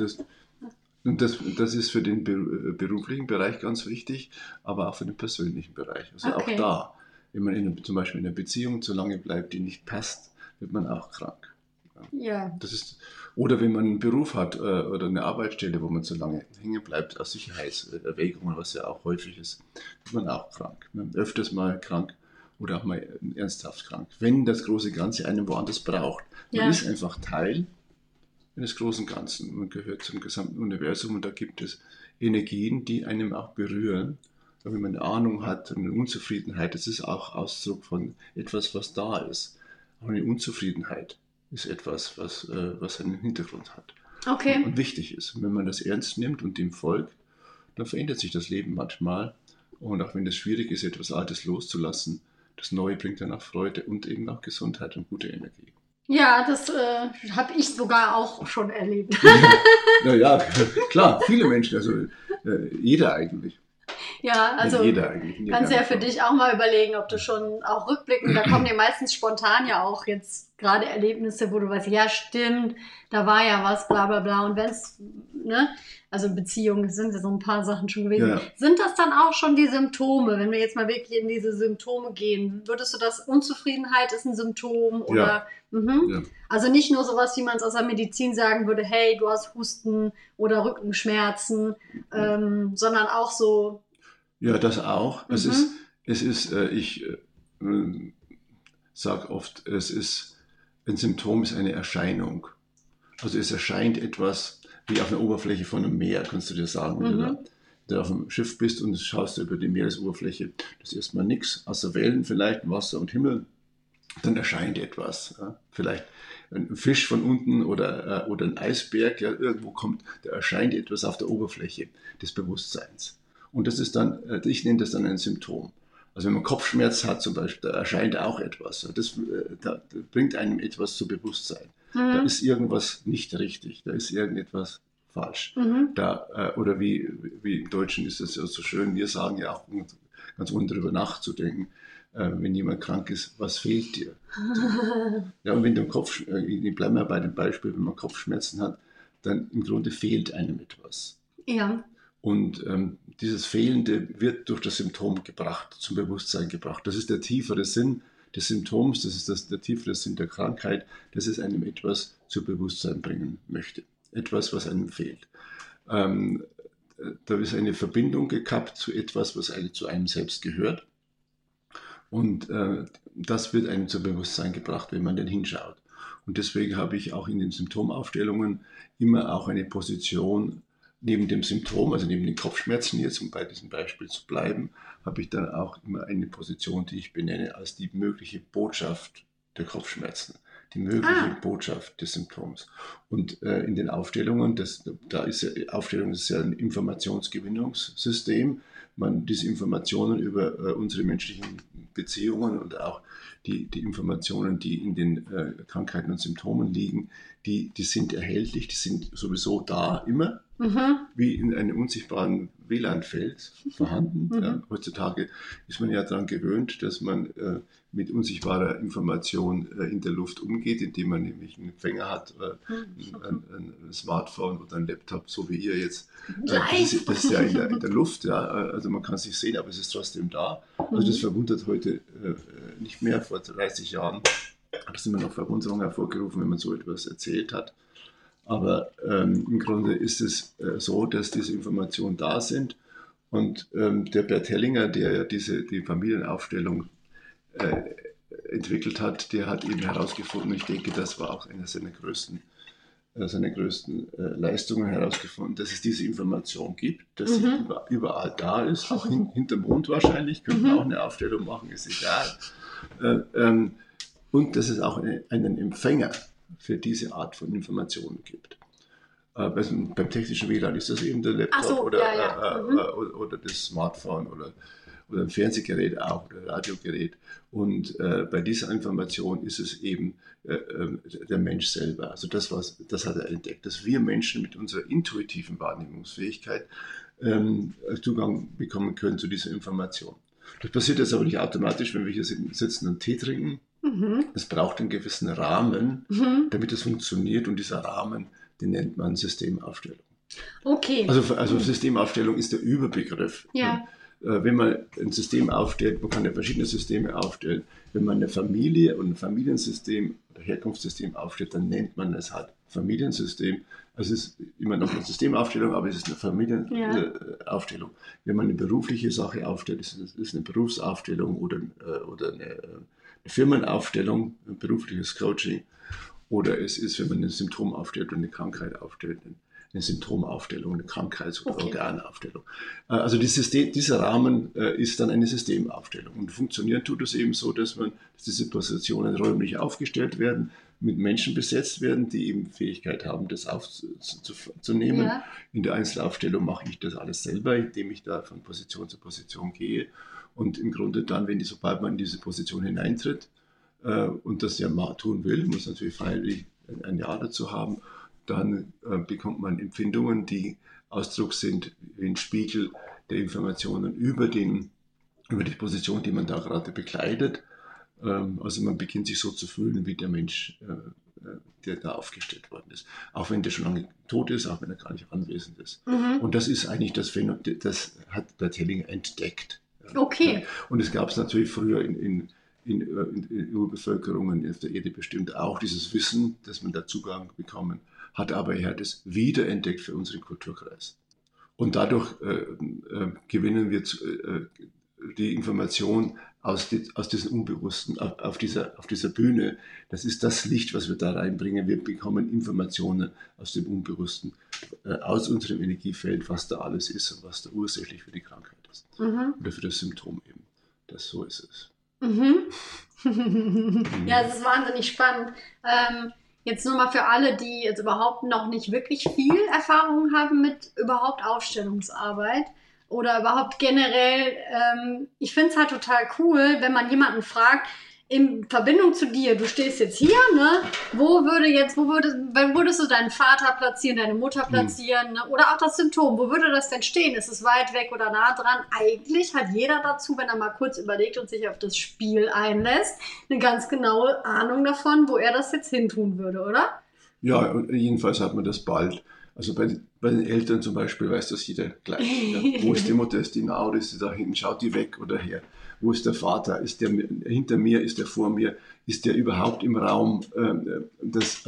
A: Das ist für den beruflichen Bereich ganz wichtig, aber auch für den persönlichen Bereich. Also auch da, wenn man zum Beispiel in einer Beziehung zu lange bleibt, die nicht passt, wird man auch krank.
B: Ja.
A: Oder wenn man einen Beruf hat oder eine Arbeitsstelle, wo man zu lange hängen bleibt, aus Sicherheitserwägungen, was ja auch häufig ist, wird man auch krank. Öfters mal krank oder auch mal ernsthaft krank, wenn das große Ganze einen woanders braucht. Man ist einfach Teil eines großen Ganzen. Man gehört zum gesamten Universum und da gibt es Energien, die einem auch berühren. Wenn man eine Ahnung hat und eine Unzufriedenheit, das ist auch Ausdruck von etwas, was da ist. Auch eine Unzufriedenheit ist etwas, was einen Hintergrund hat und wichtig ist. Und wenn man das ernst nimmt und dem folgt, dann verändert sich das Leben manchmal. Und auch wenn es schwierig ist, etwas Altes loszulassen, das Neue bringt dann auch Freude und eben auch Gesundheit und gute Energie.
B: Ja, das habe ich sogar auch schon erlebt.
A: Ja, klar, viele Menschen, also jeder eigentlich.
B: Ja, also kannst du ja für dich auch mal überlegen, ob du schon auch rückblickend, da kommen dir meistens spontan ja auch jetzt gerade Erlebnisse, wo du weißt, ja stimmt, da war ja was, bla bla bla. Und wenn es, also Beziehungen sind ja so ein paar Sachen schon gewesen. Ja. Sind das dann auch schon die Symptome, wenn wir jetzt mal wirklich in diese Symptome gehen? Würdest du das, Unzufriedenheit ist ein Symptom? Oder, ja. Also nicht nur sowas, wie man es aus der Medizin sagen würde, hey, du hast Husten oder Rückenschmerzen, sondern auch so.
A: Ja, das auch. Ich sage oft, ein Symptom ist eine Erscheinung. Also es erscheint etwas wie auf einer Oberfläche von einem Meer, kannst du dir sagen, wenn du auf dem Schiff bist und schaust über die Meeresoberfläche, das ist erstmal nichts, außer Wellen vielleicht, Wasser und Himmel, dann erscheint etwas. Ja? Vielleicht ein Fisch von unten oder ein Eisberg, ja, irgendwo kommt, da erscheint etwas auf der Oberfläche des Bewusstseins. Und das ist dann, ich nenne das dann ein Symptom. Also wenn man Kopfschmerz hat zum Beispiel, da erscheint auch etwas. Da bringt einem etwas zu Bewusstsein. Da ist irgendwas nicht richtig, da ist irgendetwas falsch. Oder wie im Deutschen ist es ja so schön, wir sagen ja auch ganz ohne darüber nachzudenken, wenn jemand krank ist, was fehlt dir? Ja, und wenn du ich bleibe mal bei dem Beispiel, wenn man Kopfschmerzen hat, dann im Grunde fehlt einem etwas.
B: Ja.
A: Und dieses Fehlende wird durch das Symptom gebracht, zum Bewusstsein gebracht. Das ist der tiefere Sinn des Symptoms, das ist der tiefere Sinn der Krankheit, dass es einem etwas zu Bewusstsein bringen möchte. Etwas, was einem fehlt. Da ist eine Verbindung gekappt zu etwas, was eigentlich zu einem selbst gehört. Und das wird einem zu Bewusstsein gebracht, wenn man denn hinschaut. Und deswegen habe ich auch in den Symptomaufstellungen immer auch eine Position neben dem Symptom, also neben den Kopfschmerzen jetzt, um bei diesem Beispiel zu bleiben, habe ich dann auch immer eine Position, die ich benenne als die mögliche Botschaft der Kopfschmerzen, die mögliche Botschaft des Symptoms. Und in den Aufstellungen, Aufstellung ist ja ein Informationsgewinnungssystem, diese Informationen über unsere menschlichen Beziehungen und auch die Informationen, die in den Krankheiten und Symptomen liegen, die sind erhältlich, die sind sowieso da immer, wie in einem unsichtbaren WLAN-Feld vorhanden. Ja. Heutzutage ist man ja daran gewöhnt, dass man mit unsichtbarer Information in der Luft umgeht, indem man nämlich einen Empfänger hat, ein Smartphone oder ein Laptop, so wie ihr jetzt. Das ist ja in der Luft, ja. Also man kann es nicht sehen, aber es ist trotzdem da. Also das verwundert heute nicht mehr. Vor 30 Jahren hat es immer noch Verwunderung hervorgerufen, wenn man so etwas erzählt hat. Aber im Grunde ist es so, dass diese Informationen da sind. Und der Bert Hellinger, der ja die Familienaufstellung entwickelt hat, der hat eben herausgefunden, ich denke, das war auch eine seiner größten Leistungen herausgefunden, dass es diese Information gibt, dass sie überall da ist, auch hinterm Mond wahrscheinlich, können wir auch eine Aufstellung machen, ist egal. Und dass es auch einen Empfänger für diese Art von Informationen gibt. Beim technischen WLAN ist das eben der Laptop oder das Smartphone oder oder ein Fernsehgerät auch oder ein Radiogerät. Und bei dieser Information ist es eben der Mensch selber. Also das hat er entdeckt, dass wir Menschen mit unserer intuitiven Wahrnehmungsfähigkeit Zugang bekommen können zu dieser Information. Das passiert jetzt aber nicht automatisch, wenn wir hier sitzen und Tee trinken. Es braucht einen gewissen Rahmen, damit es funktioniert. Und dieser Rahmen, den nennt man Systemaufstellung.
B: Okay.
A: Also Systemaufstellung ist der Überbegriff.
B: Ja.
A: Wenn man ein System aufstellt, man kann ja verschiedene Systeme aufstellen. Wenn man eine Familie und ein Familiensystem oder Herkunftssystem aufstellt, dann nennt man es halt Familiensystem. Also es ist immer noch eine Systemaufstellung, aber es ist eine Familienaufstellung. Wenn man eine berufliche Sache aufstellt, ist es eine Berufsaufstellung oder eine Firmenaufstellung, ein berufliches Coaching. Oder es ist, wenn man ein Symptom aufstellt oder eine Krankheit aufstellt, eine Symptomaufstellung, eine Krankheits- oder Organaufstellung. Also dieser Rahmen ist dann eine Systemaufstellung. Und funktionieren tut es eben so, dass diese Positionen räumlich aufgestellt werden, mit Menschen besetzt werden, die eben Fähigkeit haben, das aufzunehmen. Ja. In der Einzelaufstellung mache ich das alles selber, indem ich da von Position zu Position gehe. Und im Grunde dann, sobald man in diese Position hineintritt und das ja mal tun will, muss natürlich freiwillig ein Ja dazu haben, dann bekommt man Empfindungen, die Ausdruck sind wie ein Spiegel der Informationen über die Position, die man da gerade bekleidet. Also man beginnt sich so zu fühlen wie der Mensch, der da aufgestellt worden ist. Auch wenn der schon lange tot ist, auch wenn er gar nicht anwesend ist. Und das ist eigentlich das Phänomen, das hat Bert Hellinger entdeckt.
B: Okay.
A: Und es gab es natürlich früher in Urbevölkerungen auf der Erde bestimmt auch dieses Wissen, dass man da Zugang bekommen hat, aber er hat es wiederentdeckt für unseren Kulturkreis. Und dadurch gewinnen wir die Information aus diesem Unbewussten auf dieser Bühne. Das ist das Licht, was wir da reinbringen. Wir bekommen Informationen aus dem Unbewussten, aus unserem Energiefeld, was da alles ist und was da ursächlich für die Krankheit ist. Oder für das Symptom eben. So ist es.
B: Ja, es ist wahnsinnig spannend. Jetzt nur mal für alle, die jetzt überhaupt noch nicht wirklich viel Erfahrung haben mit überhaupt Aufstellungsarbeit oder überhaupt generell. Ich finde es halt total cool, wenn man jemanden fragt, in Verbindung zu dir, du stehst jetzt hier, ne? Wo würdest du deinen Vater platzieren, deine Mutter platzieren, ne? Oder auch das Symptom, wo würde das denn stehen? Ist es weit weg oder nah dran? Eigentlich hat jeder dazu, wenn er mal kurz überlegt und sich auf das Spiel einlässt, eine ganz genaue Ahnung davon, wo er das jetzt hintun würde, oder?
A: Ja, und jedenfalls hat man das bald. Also bei den Eltern zum Beispiel weiß das jeder gleich. Ja. Wo ist die Mutter, ist die nah oder ist sie da hinten, schaut die weg oder her? Wo ist der Vater? Ist der hinter mir? Ist der vor mir? Ist der überhaupt im Raum? Das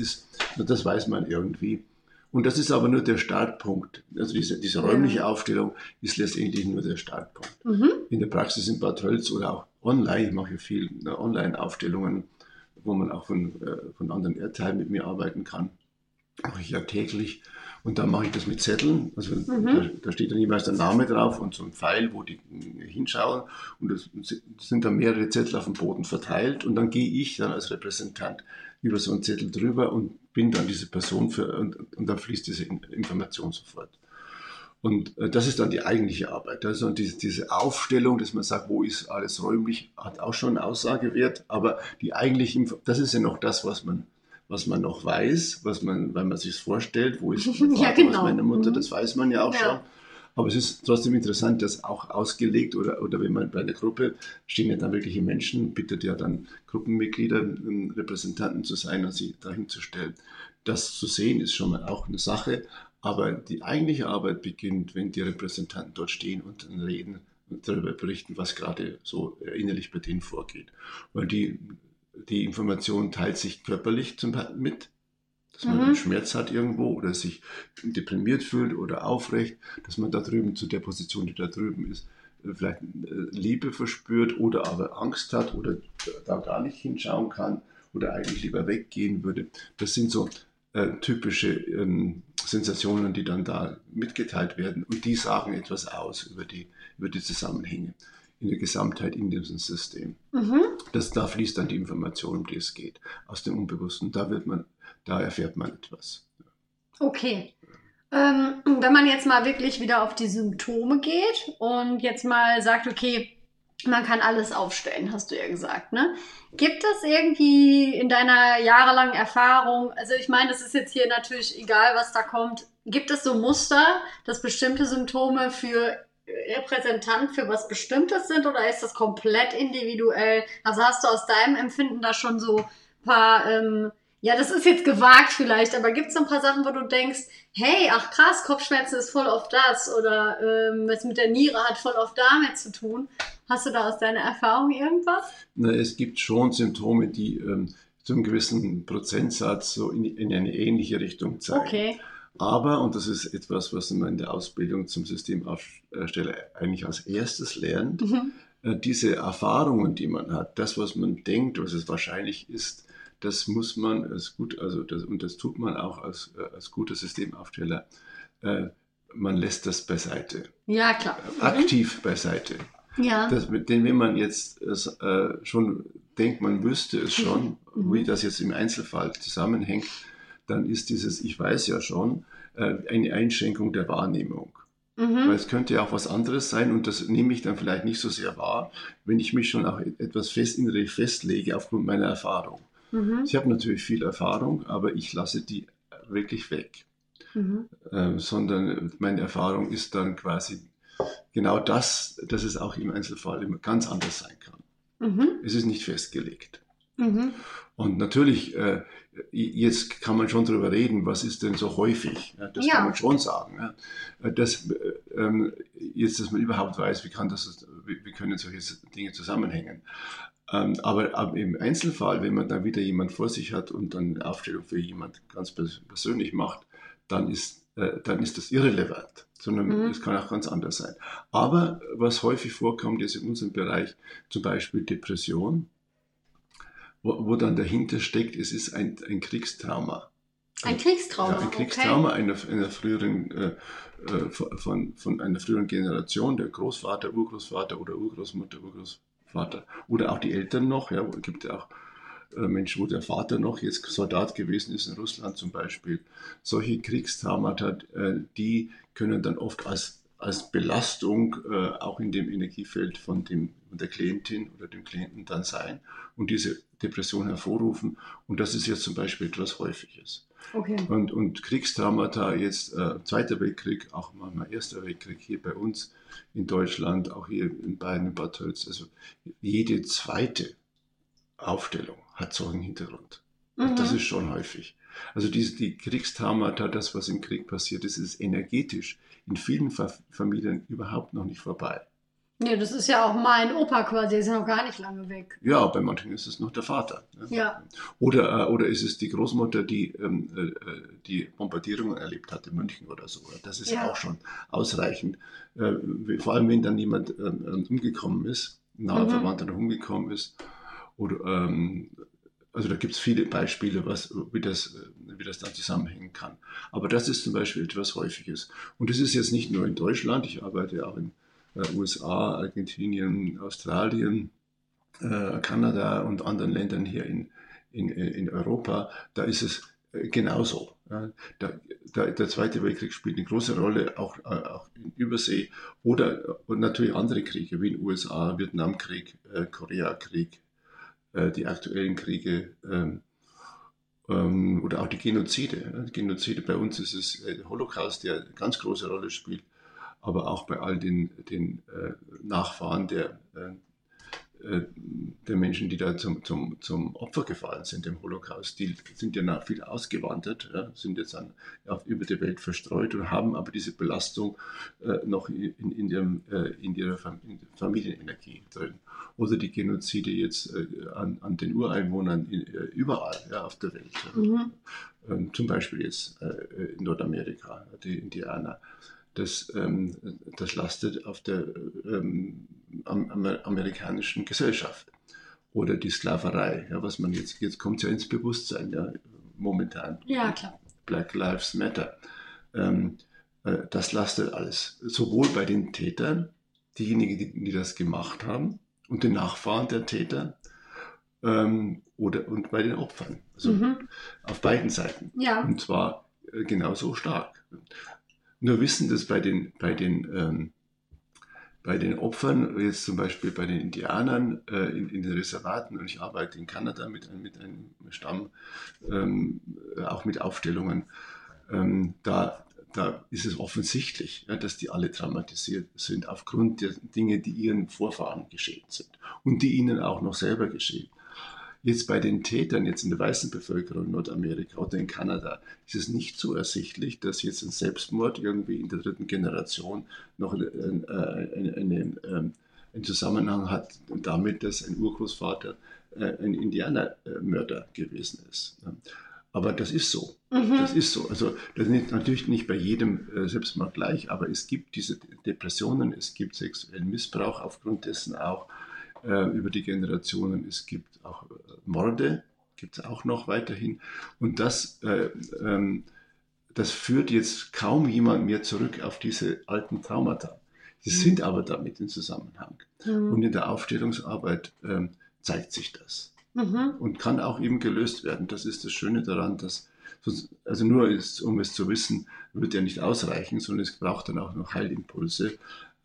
A: weiß man irgendwie. Und das ist aber nur der Startpunkt. Also diese räumliche Aufstellung ist letztendlich nur der Startpunkt. In der Praxis in Bad Tölz oder auch online, ich mache ja viel Online-Aufstellungen, wo man auch von anderen Erdteilen mit mir arbeiten kann. Mache ich ja täglich. Und dann mache ich das mit Zetteln. Also da steht dann jeweils der Name drauf und so ein Pfeil, wo die hinschauen. Und das sind dann mehrere Zettel auf dem Boden verteilt. Und dann gehe ich dann als Repräsentant über so einen Zettel drüber und bin dann diese Person und dann fließt diese Information sofort. Und das ist dann die eigentliche Arbeit. Also diese Aufstellung, dass man sagt, wo ist alles räumlich, hat auch schon Aussagewert. Aber die eigentliche, das ist ja noch das, was man noch weiß, weil man sich vorstellt, wo ist mein Vater, wo ist meine Mutter, das weiß man ja auch schon. Aber es ist trotzdem interessant, dass auch ausgelegt oder wenn man bei einer Gruppe stehen ja dann wirkliche Menschen, bittet ja dann Gruppenmitglieder, Repräsentanten zu sein und sich dahin zu stellen. Das zu sehen ist schon mal auch eine Sache, aber die eigentliche Arbeit beginnt, wenn die Repräsentanten dort stehen und dann reden und darüber berichten, was gerade so innerlich bei denen vorgeht. Weil die Information teilt sich körperlich mit, dass man einen Schmerz hat irgendwo oder sich deprimiert fühlt oder aufrecht, dass man da drüben zu der Position, die da drüben ist, vielleicht Liebe verspürt oder aber Angst hat oder da gar nicht hinschauen kann oder eigentlich lieber weggehen würde. Das sind so typische Sensationen, die dann da mitgeteilt werden und die sagen etwas aus über die Zusammenhänge in der Gesamtheit in diesem System. Da fließt dann die Information, um die es geht, aus dem Unbewussten. Da erfährt man etwas.
B: Okay. Wenn man jetzt mal wirklich wieder auf die Symptome geht und jetzt mal sagt, okay, man kann alles aufstellen, hast du ja gesagt, ne? Gibt es irgendwie in deiner jahrelangen Erfahrung, also ich meine, das ist jetzt hier natürlich egal, was da kommt, gibt es so Muster, dass bestimmte Symptome für repräsentant für was Bestimmtes sind oder ist das komplett individuell? Also hast du aus deinem Empfinden da schon so ein paar, ja, das ist jetzt gewagt vielleicht, aber gibt es so ein paar Sachen, wo du denkst, hey, ach krass, Kopfschmerzen ist voll oft das oder was mit der Niere hat voll oft damit zu tun? Hast du da aus deiner Erfahrung irgendwas?
A: Na, es gibt schon Symptome, die zu einem gewissen Prozentsatz so in eine ähnliche Richtung zeigen.
B: Okay.
A: Aber, und das ist etwas, was man in der Ausbildung zum Systemaufsteller eigentlich als erstes lernt, diese Erfahrungen, die man hat, das, was man denkt, was es wahrscheinlich ist, das muss man als gut, und das tut man auch als guter Systemaufsteller, man lässt das beiseite.
B: Ja, klar.
A: Aktiv beiseite.
B: Ja.
A: Denn wenn man jetzt schon denkt, man wüsste es schon, wie das jetzt im Einzelfall zusammenhängt, dann ist dieses Ich weiß ja schon eine Einschränkung der Wahrnehmung. Weil es könnte ja auch was anderes sein und das nehme ich dann vielleicht nicht so sehr wahr, wenn ich mich schon auch etwas innerlich festlege aufgrund meiner Erfahrung. Ich habe natürlich viel Erfahrung, aber ich lasse die wirklich weg. Sondern meine Erfahrung ist dann quasi genau das, dass es auch im Einzelfall immer ganz anders sein kann. Es ist nicht festgelegt. Und natürlich, jetzt kann man schon darüber reden, was ist denn so häufig? Ja, das kann man schon sagen. Ja. Dass man überhaupt weiß, wie können solche Dinge zusammenhängen. Aber im Einzelfall, wenn man dann wieder jemand vor sich hat und dann eine Aufstellung für jemand ganz persönlich macht, dann ist das irrelevant, sondern es kann auch ganz anders sein. Aber was häufig vorkommt, ist in unserem Bereich zum Beispiel Depression, wo dann dahinter steckt, es ist ein Kriegstrauma.
B: Ein Kriegstrauma?
A: Ja, ein Kriegstrauma einer früheren, von einer früheren Generation, der Großvater, Urgroßvater oder Urgroßmutter, Urgroßvater oder auch die Eltern noch. Ja, es gibt ja auch Menschen, wo der Vater noch jetzt Soldat gewesen ist, in Russland zum Beispiel. Solche Kriegstraumata, die können dann oft als Belastung auch in dem Energiefeld von der Klientin oder dem Klienten dann sein und diese Depression hervorrufen. Und das ist jetzt zum Beispiel etwas Häufiges.
B: Okay.
A: Und Kriegstraumata, jetzt Zweiter Weltkrieg, auch manchmal Erster Weltkrieg hier bei uns in Deutschland, auch hier in Bayern, in Bad Tölz, also jede zweite Aufstellung hat so einen Hintergrund. Und das ist schon häufig. Also die Kriegstraumata, das, was im Krieg passiert ist, ist energetisch in vielen Familien überhaupt noch nicht vorbei.
B: Nee, das ist ja auch mein Opa quasi, ist ja noch gar nicht lange weg.
A: Ja, bei manchen ist es noch der Vater. Ne?
B: Ja.
A: Oder ist es die Großmutter, die die Bombardierungen erlebt hat in München oder so. Das ist auch schon ausreichend. Vor allem, wenn dann jemand umgekommen ist, ein naher Verwandter noch umgekommen ist. Oder, also da gibt es viele Beispiele, wie das dann zusammenhängen kann. Aber das ist zum Beispiel etwas Häufiges. Und das ist jetzt nicht nur in Deutschland, ich arbeite auch in USA, Argentinien, Australien, Kanada und anderen Ländern hier in Europa. Da ist es genauso. Ja. Der Zweite Weltkrieg spielt eine große Rolle, auch in Übersee und natürlich andere Kriege, wie in den USA, Vietnamkrieg, Koreakrieg, die aktuellen Kriege oder auch die Genozide. Genozide, bei uns ist es der Holocaust, der eine ganz große Rolle spielt, aber auch bei all den Nachfahren der Menschen, die da zum Opfer gefallen sind im Holocaust, die sind ja viel ausgewandert, sind jetzt über die Welt verstreut und haben aber diese Belastung noch in ihrer Familienenergie drin. Oder die Genozide jetzt an den Ureinwohnern überall auf der Welt. Zum Beispiel jetzt in Nordamerika, die Indianer. Das lastet auf der amerikanischen Gesellschaft. Oder die Sklaverei, was man jetzt kommt ja ins Bewusstsein, momentan.
B: Ja, klar.
A: Black Lives Matter. Das lastet alles. Sowohl bei den Tätern, diejenigen, die das gemacht haben, und den Nachfahren der Täter, und bei den Opfern. Also auf beiden Seiten.
B: Ja.
A: Und zwar genauso stark. Nur wissen das bei den Opfern, jetzt zum Beispiel bei den Indianern in den Reservaten, und ich arbeite in Kanada mit einem Stamm, auch mit Aufstellungen, da ist es offensichtlich, ja, dass die alle traumatisiert sind aufgrund der Dinge, die ihren Vorfahren geschehen sind und die ihnen auch noch selber geschehen. Jetzt bei den Tätern, jetzt in der weißen Bevölkerung in Nordamerika oder in Kanada, ist es nicht so ersichtlich, dass jetzt ein Selbstmord irgendwie in der 3. Generation noch einen Zusammenhang hat damit, dass ein Urgroßvater ein Indianermörder gewesen ist. Aber das ist so. Das ist so. Also das ist natürlich nicht bei jedem Selbstmord gleich, aber es gibt diese Depressionen, es gibt sexuellen Missbrauch aufgrund dessen auch über die Generationen. Es gibt auch Morde, gibt es auch noch weiterhin. Und das führt jetzt kaum jemand mehr zurück auf diese alten Traumata. Sie sind aber damit in Zusammenhang. Und in der Aufstellungsarbeit zeigt sich das. Und kann auch eben gelöst werden. Das ist das Schöne daran, dass, also nur um es zu wissen, wird ja nicht ausreichen, sondern es braucht dann auch noch Heilimpulse,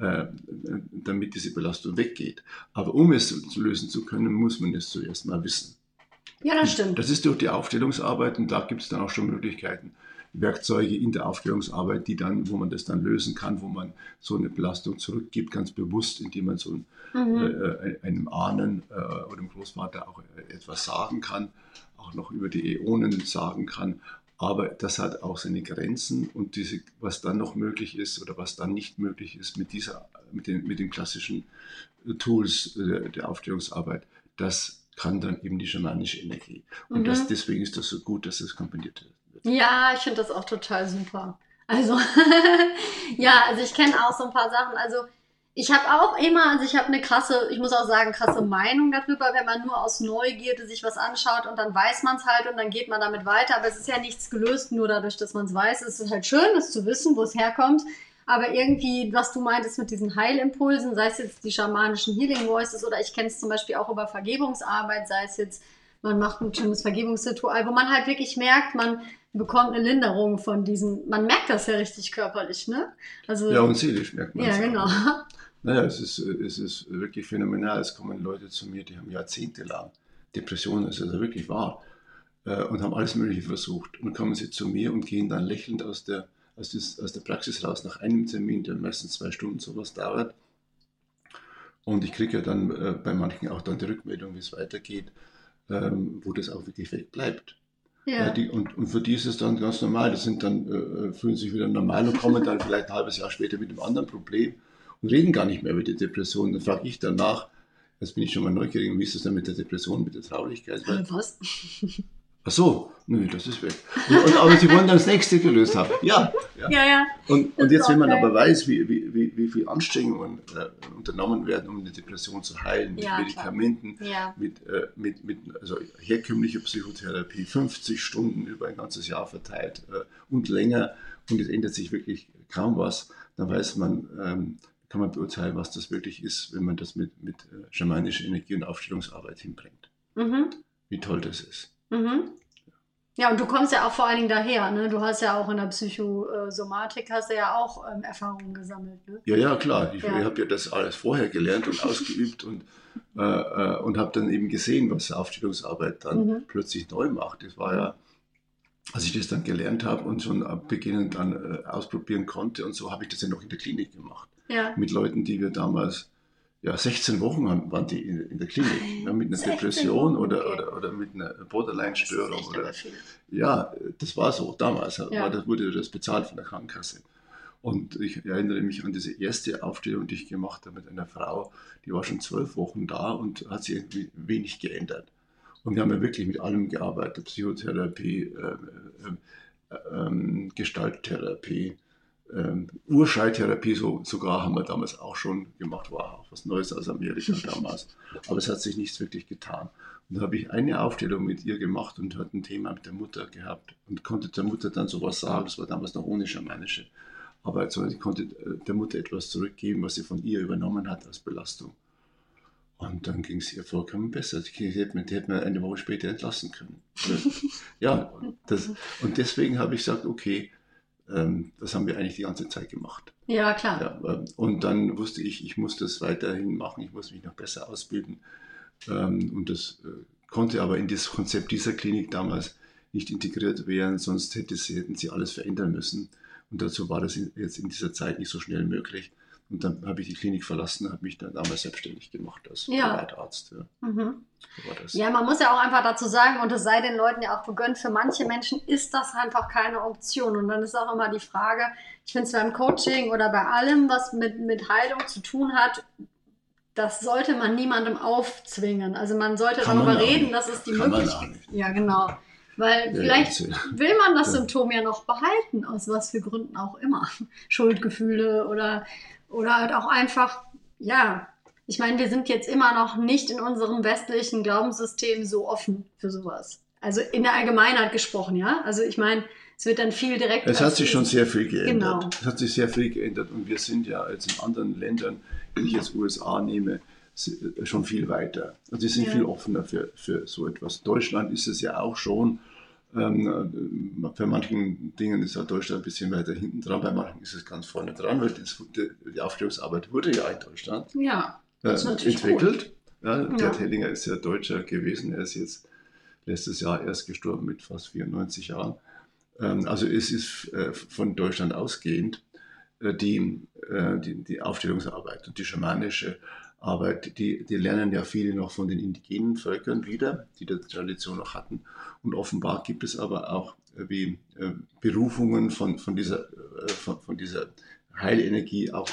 A: damit diese Belastung weggeht. Aber um es lösen zu können, muss man es zuerst mal wissen.
B: Ja, das stimmt.
A: Das ist durch die Aufstellungsarbeit, und da gibt es dann auch schon Möglichkeiten, Werkzeuge in der Aufklärungsarbeit, wo man das dann lösen kann, wo man so eine Belastung zurückgibt, ganz bewusst, indem man so einem Ahnen oder dem Großvater auch etwas sagen kann, auch noch über die Äonen sagen kann. Aber das hat auch seine Grenzen, und was dann noch möglich ist oder was dann nicht möglich ist mit den klassischen Tools der Aufklärungsarbeit, das kann dann eben die schamanische Energie. Und deswegen ist das so gut, dass es kombiniert wird.
B: Ja, ich finde das auch total super. Also, ja, also ich kenne auch so ein paar Sachen. Also ich habe auch immer, also ich habe eine krasse Meinung darüber, wenn man nur aus Neugierde sich was anschaut und dann weiß man es halt und dann geht man damit weiter. Aber es ist ja nichts gelöst, nur dadurch, dass man es weiß. Es ist halt schön, es zu wissen, wo es herkommt. Aber irgendwie, was du meintest mit diesen Heilimpulsen, sei es jetzt die schamanischen Healing Voices oder ich kenne es zum Beispiel auch über Vergebungsarbeit, sei es jetzt, man macht ein schönes Vergebungsritual, wo man halt wirklich merkt, man bekommt eine Linderung von diesem, man merkt das ja richtig körperlich, ne? Also,
A: ja, und seelisch merkt man es.
B: Ja, genau.
A: Naja, es ist wirklich phänomenal. Es kommen Leute zu mir, die haben jahrzehntelang Depressionen, das ist also wirklich wahr, und haben alles Mögliche versucht. Und kommen sie zu mir und gehen dann lächelnd aus der Praxis raus nach einem Termin, der meistens 2 Stunden sowas dauert. Und ich kriege ja dann bei manchen auch dann die Rückmeldung, wie es weitergeht, wo das auch wirklich wegbleibt.
B: Ja.
A: Und für die ist es dann ganz normal. Die sind dann, fühlen sich wieder normal und kommen dann vielleicht ein halbes Jahr später mit einem anderen Problem und reden gar nicht mehr über die Depression. Dann frage ich danach, jetzt bin ich schon mal neugierig, wie ist es denn mit der Depression, mit der Traurigkeit?
B: Was?
A: Ach so, nö, das ist weg. Aber sie wollen dann das nächste gelöst haben. Ja.
B: Ja.
A: Und jetzt, wenn man aber weiß, wie viel Anstrengungen unternommen werden, um eine Depression zu heilen, mit Medikamenten, mit also herkömmlicher Psychotherapie, 50 Stunden über ein ganzes Jahr verteilt und länger, und es ändert sich wirklich kaum was, dann weiß man, kann man beurteilen, was das wirklich ist, wenn man das mit schamanischer Energie und Aufstellungsarbeit hinbringt. Wie toll das ist.
B: Ja, und du kommst ja auch vor allen Dingen daher, ne? Du hast ja auch in der Psychosomatik auch Erfahrungen gesammelt, ne?
A: Ja, klar. Ich habe ja das alles vorher gelernt und ausgeübt und habe dann eben gesehen, was Aufstellungsarbeit dann plötzlich neu macht. Das war ja, als ich das dann gelernt habe und schon beginnend dann ausprobieren konnte und so, habe ich das ja noch in der Klinik gemacht. Ja. Mit Leuten, die wir damals, 16 Wochen waren die in der Klinik, ne, mit einer Depression oder mit einer Borderline-Störung. Ja, das war so damals. Das wurde das bezahlt von der Krankenkasse. Und ich erinnere mich an diese erste Aufstellung, die ich gemacht habe mit einer Frau, die war schon 12 Wochen da und hat sich irgendwie wenig geändert. Und wir haben ja wirklich mit allem gearbeitet, Psychotherapie, Gestalttherapie, Urschalltherapie sogar haben wir damals auch schon gemacht, war auch was Neues aus Amerika damals. Aber es hat sich nichts wirklich getan. Und da habe ich eine Aufstellung mit ihr gemacht und hatte ein Thema mit der Mutter gehabt und konnte der Mutter dann sowas sagen, das war damals noch ohne schamanische Arbeit, sondern ich konnte der Mutter etwas zurückgeben, was sie von ihr übernommen hat als Belastung. Und dann ging es ihr vollkommen besser. Die hätte man eine Woche später entlassen können. Ja, und deswegen habe ich gesagt, okay, das haben wir eigentlich die ganze Zeit gemacht.
B: Ja, klar.
A: Ja, und dann wusste ich muss das weiterhin machen, ich muss mich noch besser ausbilden. Und das konnte aber in das Konzept dieser Klinik damals nicht integriert werden, sonst hätten sie alles verändern müssen. Und dazu war das jetzt in dieser Zeit nicht so schnell möglich. Und dann habe ich die Klinik verlassen, habe mich dann damals selbstständig gemacht als Privatarzt. Ja. So war das.
B: Ja, man muss ja auch einfach dazu sagen, und es sei den Leuten ja auch gegönnt, für manche Menschen ist das einfach keine Option. Und dann ist auch immer die Frage, ich finde es beim Coaching oder bei allem, was mit Heilung zu tun hat, das sollte man niemandem aufzwingen. Also man sollte darüber reden, dass es die Möglichkeit ist. Ja, genau. Weil vielleicht will man das Symptom ja noch behalten, aus was für Gründen auch immer. Schuldgefühle oder halt auch einfach, ja, ich meine, wir sind jetzt immer noch nicht in unserem westlichen Glaubenssystem so offen für sowas. Also in der Allgemeinheit gesprochen, ja. Also ich meine, es wird dann viel direkt...
A: Es hat sich schon sehr viel geändert.
B: Genau.
A: Es hat sich sehr viel geändert und wir sind ja jetzt in anderen Ländern, wenn ich jetzt USA nehme, schon viel weiter. Also sie sind viel offener für so etwas. In Deutschland ist es ja auch schon, bei manchen Dingen ist ja Deutschland ein bisschen weiter hinten dran, bei manchen ist es ganz vorne dran, weil die Aufklärungsarbeit wurde ja in Deutschland entwickelt. Ja, Gerd Hellinger ist ja Deutscher gewesen, er ist jetzt letztes Jahr erst gestorben mit fast 94 Jahren. Also es ist von Deutschland ausgehend die Aufklärungsarbeit und die schamanische Arbeit, die lernen ja viele noch von den indigenen Völkern wieder, die die Tradition noch hatten. Und offenbar gibt es aber auch Berufungen von dieser Heilenergie auch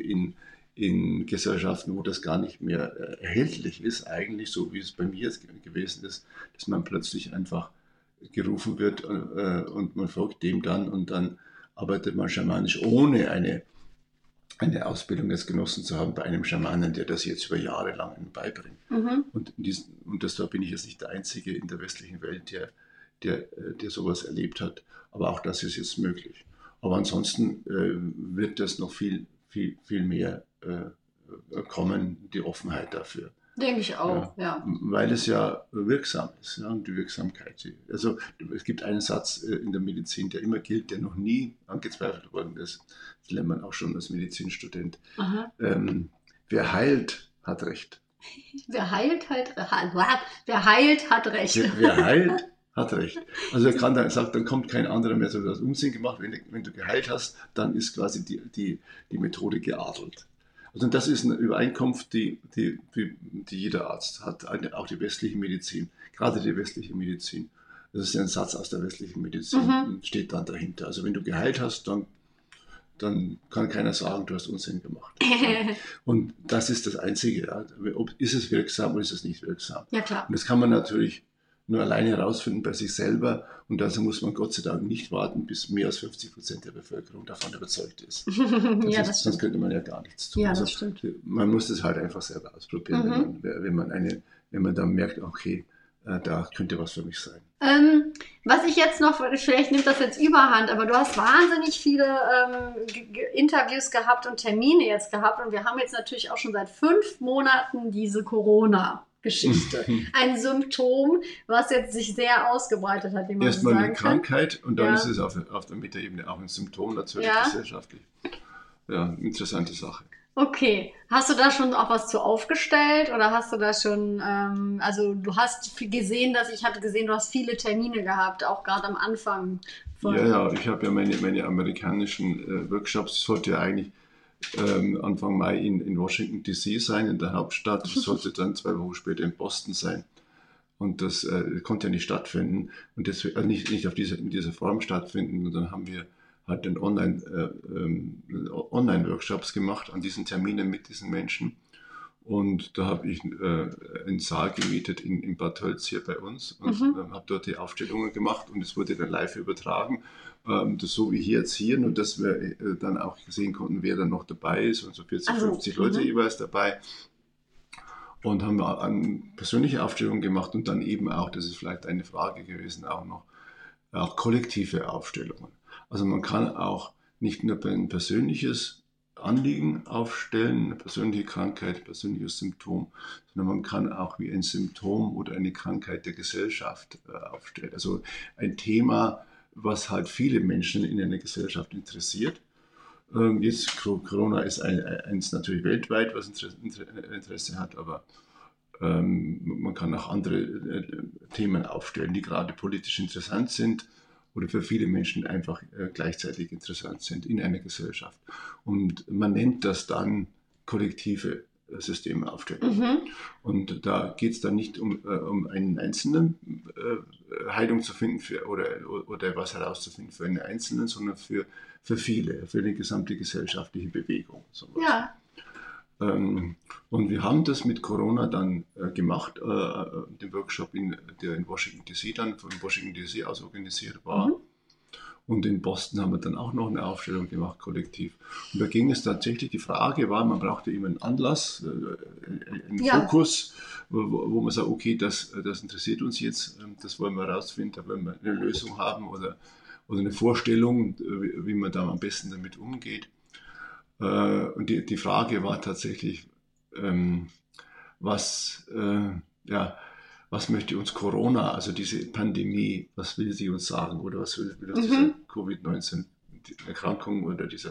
A: in Gesellschaften, wo das gar nicht mehr erhältlich ist, eigentlich, so wie es bei mir jetzt gewesen ist, dass man plötzlich einfach gerufen wird und man folgt dem dann und dann arbeitet man schamanisch, ohne eine Ausbildung jetzt genossen zu haben bei einem Schamanen, der das jetzt über Jahre lang beibringt. Und deshalb bin ich jetzt nicht der Einzige in der westlichen Welt, der sowas erlebt hat. Aber auch das ist jetzt möglich. Aber ansonsten wird das noch viel mehr kommen, die Offenheit dafür.
B: Denke ich auch, ja.
A: Weil es ja wirksam ist, ja, und die Wirksamkeit. Also es gibt einen Satz in der Medizin, der immer gilt, der noch nie angezweifelt worden ist. Das lernt man auch schon als Medizinstudent. Wer heilt, hat Recht.
B: Wer heilt, hat Recht.
A: Wer heilt, hat Recht. Also er kann dann sagen, dann kommt kein anderer mehr, so das Unsinn gemacht. Wenn du geheilt hast, dann ist quasi die Methode geadelt. Also das ist eine Übereinkunft, die jeder Arzt hat, auch die westliche Medizin, gerade die westliche Medizin. Das ist ein Satz aus der westlichen Medizin, steht dann dahinter. Also wenn du geheilt hast, dann kann keiner sagen, du hast Unsinn gemacht. Und das ist das Einzige. Ja. Ist es wirksam oder ist es nicht wirksam?
B: Ja, klar.
A: Und das kann man natürlich nur alleine herausfinden bei sich selber. Und dazu muss man Gott sei Dank nicht warten, bis mehr als 50% der Bevölkerung davon überzeugt ist. Sonst könnte man ja gar nichts tun.
B: Ja, das stimmt.
A: Man muss das halt einfach selber ausprobieren, wenn man dann merkt, okay, da könnte was für mich sein.
B: Was ich jetzt noch, vielleicht nimmt das jetzt überhand, aber du hast wahnsinnig viele Interviews gehabt und Termine jetzt gehabt und wir haben jetzt natürlich auch schon seit 5 Monaten diese Corona-Geschichte. Ein Symptom, was jetzt sich sehr ausgebreitet hat, wie man
A: erstmal
B: sagen
A: eine Krankheit und dann ist es auf der Metaebene auch ein Symptom, natürlich gesellschaftlich. Ja, interessante Sache.
B: Okay, hast du da schon auch was zu aufgestellt oder hast du da schon, also du hast gesehen, du hast viele Termine gehabt, auch gerade am Anfang.
A: Ja, ich habe ja meine amerikanischen Workshops, sollte ja eigentlich Anfang Mai in Washington DC sein, in der Hauptstadt, das sollte dann 2 Wochen später in Boston sein und das konnte ja nicht stattfinden und deswegen nicht in dieser Form stattfinden und dann haben wir hat dann Online-Workshops gemacht an diesen Terminen mit diesen Menschen. Und da habe ich einen Saal gemietet in Bad Tölz hier bei uns und habe dort die Aufstellungen gemacht und es wurde dann live übertragen. Das so wie hier, nur dass wir dann auch sehen konnten, wer dann noch dabei ist und so 50 Leute jeweils dabei. Und haben eine persönliche Aufstellung gemacht und dann eben auch, das ist vielleicht eine Frage gewesen, auch kollektive Aufstellungen. Also man kann auch nicht nur ein persönliches Anliegen aufstellen, eine persönliche Krankheit, ein persönliches Symptom, sondern man kann auch wie ein Symptom oder eine Krankheit der Gesellschaft aufstellen. Also ein Thema, was halt viele Menschen in einer Gesellschaft interessiert. Jetzt Corona ist eins natürlich weltweit, was Interesse hat, aber man kann auch andere Themen aufstellen, die gerade politisch interessant sind oder für viele Menschen einfach gleichzeitig interessant sind in einer Gesellschaft. Und man nennt das dann kollektive Systemaufstellung. Und da geht es dann nicht um einen Einzelnen Heilung zu finden oder was herauszufinden für einen Einzelnen, sondern für viele, für eine gesamte gesellschaftliche Bewegung. Sowas.
B: Ja.
A: Und wir haben das mit Corona dann gemacht, den Workshop, der in Washington DC dann von Washington DC aus organisiert war. Und in Boston haben wir dann auch noch eine Aufstellung gemacht, kollektiv. Und da ging es tatsächlich, die Frage war, man brauchte immer einen Anlass, einen Fokus, wo man sagt, okay, das interessiert uns jetzt, das wollen wir herausfinden, da wollen wir eine Lösung haben oder eine Vorstellung, wie man da am besten damit umgeht. Und die Frage war tatsächlich, was möchte uns Corona, also diese Pandemie, was will sie uns sagen oder was will uns diese Covid-19-Erkrankung oder dieser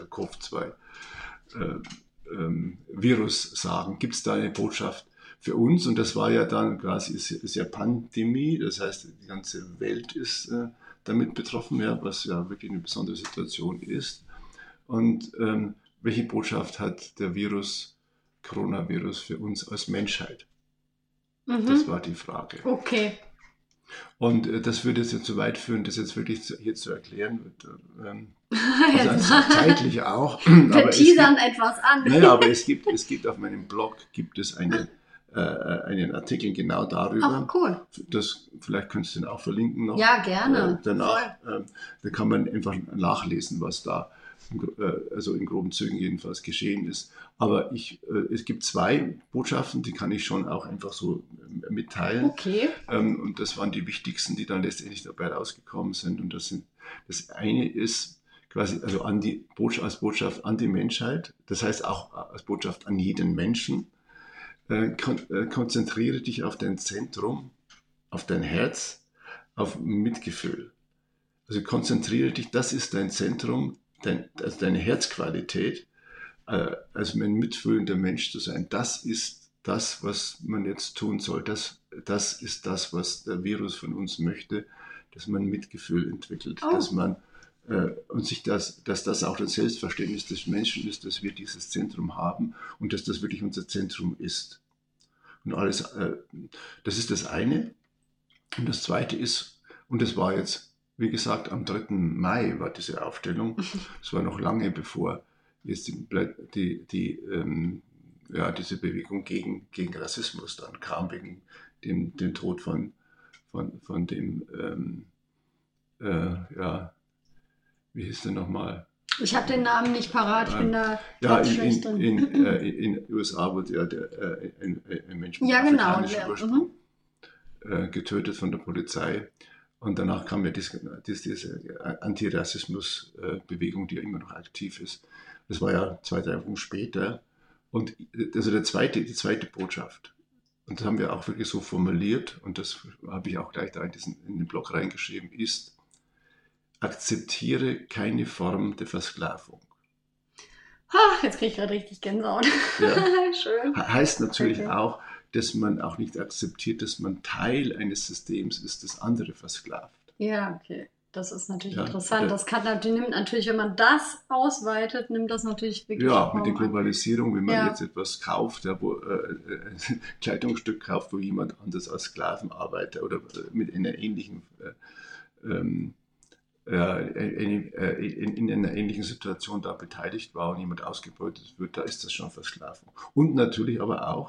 A: Covid-2-Virus sagen? Gibt es da eine Botschaft für uns? Und das war ja dann quasi, ist ja Pandemie, das heißt, die ganze Welt ist damit betroffen, ja, was ja wirklich eine besondere Situation ist. Und welche Botschaft hat der Coronavirus für uns als Menschheit? Das war die Frage.
B: Okay.
A: Und das würde jetzt zu weit führen, das jetzt wirklich hier zu erklären. Also zeitlich auch.
B: Wir teasern etwas an.
A: Naja, aber es gibt auf meinem Blog einen Artikel genau darüber.
B: Ach, cool.
A: Vielleicht könntest du den auch verlinken noch.
B: Ja, gerne.
A: Danach, da kann man einfach nachlesen, was da also in groben Zügen jedenfalls geschehen ist. Aber es gibt 2 Botschaften, die kann ich schon auch einfach so mitteilen.
B: Okay.
A: Und das waren die wichtigsten, die dann letztendlich dabei rausgekommen sind. Und das eine ist quasi also als Botschaft an die Menschheit, das heißt auch als Botschaft an jeden Menschen. Konzentriere dich auf dein Zentrum, auf dein Herz, auf Mitgefühl. Also konzentriere dich, das ist dein Zentrum, also deine Herzqualität, als ein mitfühlender Mensch zu sein. Das ist das, was man jetzt tun soll. Das ist das, was der Virus von uns möchte, dass man Mitgefühl entwickelt, dass man und dass das auch das Selbstverständnis des Menschen ist, dass wir dieses Zentrum haben und dass das wirklich unser Zentrum ist. Und alles, das ist das eine. Und das zweite ist, und das war jetzt, wie gesagt, am 3. Mai war diese Aufstellung. Das war noch lange bevor jetzt diese Bewegung gegen Rassismus dann kam, wegen dem Tod von dem, wie hieß der nochmal?
B: Ich habe den Namen nicht parat, ich bin da schlecht drin.
A: In den USA wurde ein Mensch mit afrikanischem Ursprung getötet von der Polizei. Und danach kam ja diese Antirassismus-Bewegung, die ja immer noch aktiv ist. Das war ja 2-3 Wochen später. Und also die zweite Botschaft, und das haben wir auch wirklich so formuliert, und das habe ich auch gleich da in den Blog reingeschrieben, ist: Akzeptiere keine Form der Versklavung.
B: Jetzt kriege ich gerade richtig Gänsehaut.
A: Ja.
B: Schön.
A: Heißt natürlich auch, dass man auch nicht akzeptiert, dass man Teil eines Systems ist, das andere versklavt.
B: Ja, okay. Das ist natürlich interessant. Das nimmt natürlich, wenn man das ausweitet, nimmt das natürlich wirklich.
A: Ja, mit der Globalisierung, wenn man jetzt etwas kauft, ein Kleidungsstück kauft, wo jemand anders als Sklavenarbeiter oder mit einer ähnlichen in einer ähnlichen Situation da beteiligt war und jemand ausgebeutet wird, da ist das schon Versklavung. Und natürlich aber auch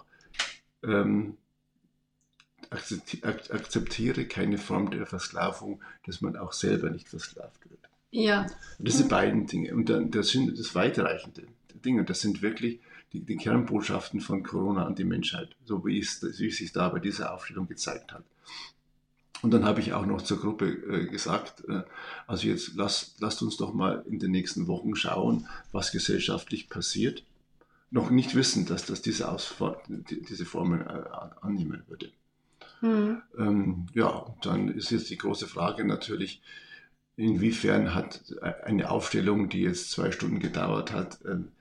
A: akzeptiere keine Form der Versklavung, dass man auch selber nicht versklavt wird.
B: Ja.
A: Und das sind beiden Dinge. Und dann das sind das weitreichende Dinge. Und das sind wirklich die Kernbotschaften von Corona an die Menschheit, so wie es sich da bei dieser Aufstellung gezeigt hat. Und dann habe ich auch noch zur Gruppe gesagt, also jetzt lasst uns doch mal in den nächsten Wochen schauen, was gesellschaftlich passiert. Noch nicht wissen, dass das diese Formen annehmen würde. Ja, und dann ist jetzt die große Frage natürlich, inwiefern hat eine Aufstellung, die jetzt 2 Stunden gedauert hat,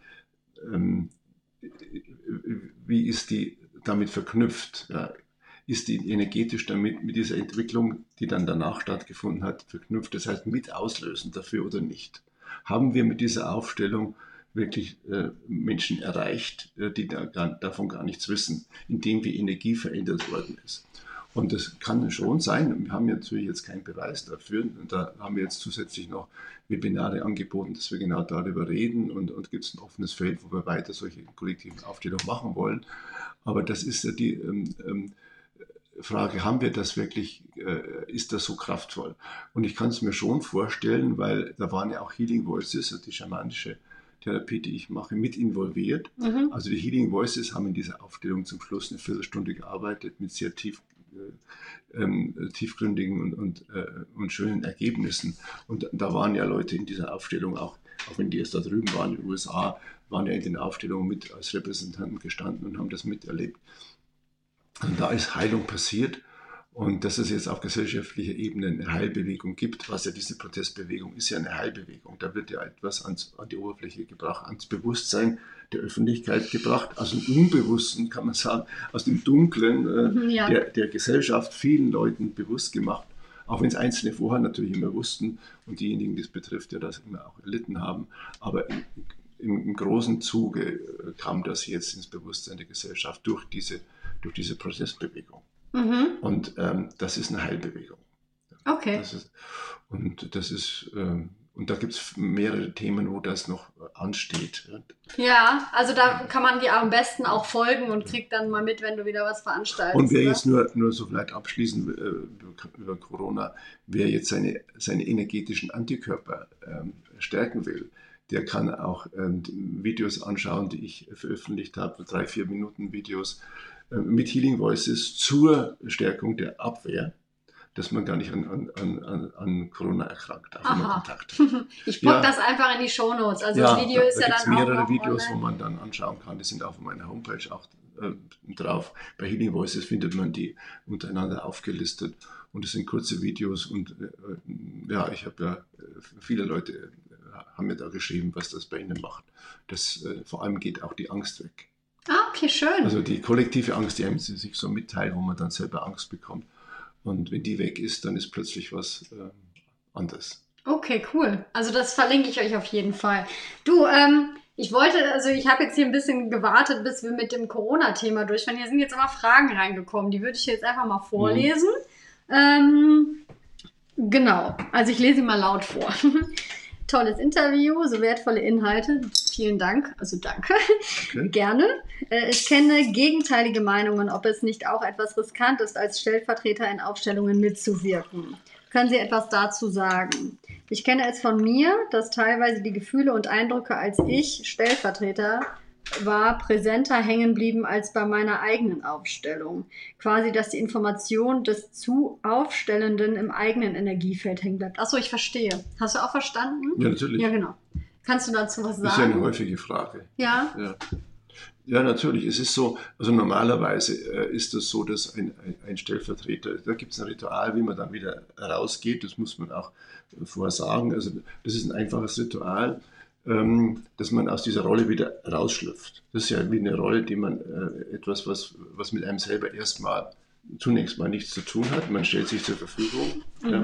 A: wie ist die damit verknüpft? Ja, ist die energetisch damit mit dieser Entwicklung, die dann danach stattgefunden hat, verknüpft? Das heißt, mit auslösen dafür oder nicht? Haben wir mit dieser Aufstellung wirklich Menschen erreicht, die davon gar nichts wissen, indem die Energie verändert worden ist? Und das kann schon sein. Wir haben natürlich jetzt keinen Beweis dafür. Und da haben wir jetzt zusätzlich noch Webinare angeboten, dass wir genau darüber reden. Und gibt es ein offenes Feld, wo wir weiter solche kollektiven Aufstellungen machen wollen. Aber das ist ja die Frage, haben wir das wirklich, ist das so kraftvoll? Und ich kann es mir schon vorstellen, weil da waren ja auch Healing Voices, die schamanische Therapie, die ich mache, mit involviert. Also die Healing Voices haben in dieser Aufstellung zum Schluss eine Viertelstunde gearbeitet mit sehr tiefgründigen und schönen Ergebnissen. Und da waren ja Leute in dieser Aufstellung, auch wenn die jetzt da drüben waren in den USA, waren ja in den Aufstellungen mit als Repräsentanten gestanden und haben das miterlebt. Und da ist Heilung passiert. Und dass es jetzt auf gesellschaftlicher Ebene eine Heilbewegung gibt, was ja diese Protestbewegung ist, ja eine Heilbewegung. Da wird ja etwas an die Oberfläche gebracht, ans Bewusstsein der Öffentlichkeit gebracht, aus dem Unbewussten, kann man sagen, aus dem Dunklen der Gesellschaft vielen Leuten bewusst gemacht. Auch wenn es Einzelne vorher natürlich immer wussten und diejenigen, die es betrifft, ja das immer auch erlitten haben. Aber im großen Zuge kam das jetzt ins Bewusstsein der Gesellschaft durch diese Protestbewegung. Und das ist eine Heilbewegung.
B: Okay.
A: Und da gibt es mehrere Themen, wo das noch ansteht.
B: Ja, also da kann man dir am besten auch folgen und kriegt dann mal mit, wenn du wieder was veranstaltest.
A: Und wer jetzt nur so vielleicht abschließend über Corona, wer jetzt seine energetischen Antikörper stärken will, der kann auch Videos anschauen, die ich veröffentlicht habe, 3-4 Minuten Videos mit Healing Voices zur Stärkung der Abwehr, dass man gar nicht an Corona erkrankt, wenn man Kontakt hat.
B: Ich packe das einfach in die Shownotes. Also das Video ist ja dann auch
A: mehrere Videos, wo man dann anschauen kann. Die sind auf meiner Homepage auch drauf. Bei Healing Voices findet man die untereinander aufgelistet. Und es sind kurze Videos. Und ich habe ja, viele Leute haben mir da geschrieben, was das bei ihnen macht. Vor allem geht auch die Angst weg.
B: Ah, okay, schön.
A: Also die kollektive Angst, die einem sich so mitteilt, wo man dann selber Angst bekommt. Und wenn die weg ist, dann ist plötzlich was anderes.
B: Okay, cool. Also das verlinke ich euch auf jeden Fall. Du, ich habe jetzt hier ein bisschen gewartet, bis wir mit dem Corona-Thema durch waren. Hier sind jetzt immer Fragen reingekommen. Die würde ich jetzt einfach mal vorlesen. Genau, also ich lese sie mal laut vor. Tolles Interview, so wertvolle Inhalte. Vielen Dank, also danke. Okay. Gerne. Ich kenne gegenteilige Meinungen, ob es nicht auch etwas riskant ist, als Stellvertreter in Aufstellungen mitzuwirken. Können Sie etwas dazu sagen? Ich kenne es von mir, dass teilweise die Gefühle und Eindrücke, als ich Stellvertreter war, präsenter hängen blieben als bei meiner eigenen Aufstellung. Quasi, dass die Information des zu Aufstellenden im eigenen Energiefeld hängen bleibt. Achso, ich verstehe. Hast du auch verstanden?
A: Ja, natürlich.
B: Ja, genau. Kannst du dazu was sagen?
A: Das ist ja eine häufige Frage.
B: Ja?
A: Ja, natürlich. Es ist so, also normalerweise ist es so, dass ein Stellvertreter, da gibt es ein Ritual, wie man dann wieder rausgeht, das muss man auch vorher sagen. Also das ist ein einfaches Ritual, dass man aus dieser Rolle wieder rausschlüpft. Das ist ja wie eine Rolle, die man etwas, was mit einem selber zunächst mal nichts zu tun hat. Man stellt sich zur Verfügung.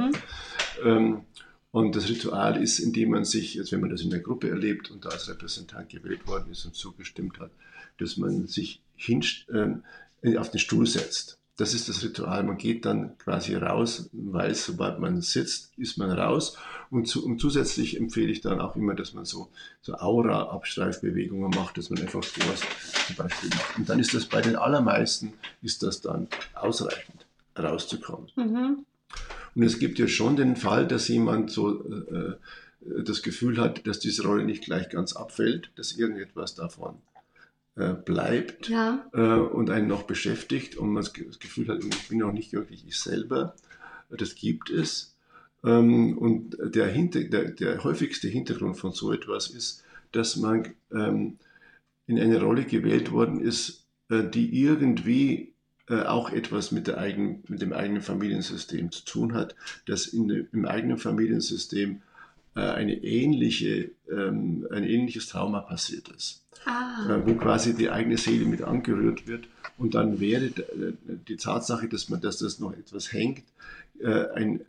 A: Und das Ritual ist, indem man sich, als wenn man das in der Gruppe erlebt und da als Repräsentant gewählt worden ist und zugestimmt hat, dass man sich auf den Stuhl setzt. Das ist das Ritual. Man geht dann quasi raus, weil sobald man sitzt, ist man raus. Und zusätzlich empfehle ich dann auch immer, dass man so Aura-Abstreifbewegungen macht, dass man einfach sowas zum Beispiel macht. Und dann ist das bei den allermeisten dann ausreichend, rauszukommen. Und es gibt ja schon den Fall, dass jemand so das Gefühl hat, dass diese Rolle nicht gleich ganz abfällt, dass irgendetwas davon bleibt und einen noch beschäftigt und man das Gefühl hat, ich bin noch nicht wirklich ich selber. das gibt es. Und der häufigste Hintergrund von so etwas ist, dass man in eine Rolle gewählt worden ist, die irgendwie auch etwas mit dem eigenen Familiensystem zu tun hat, dass im eigenen Familiensystem ein ähnliches Trauma passiert ist, wo quasi die eigene Seele mit angerührt wird. Und dann wäre die Tatsache, dass das noch etwas hängt, ein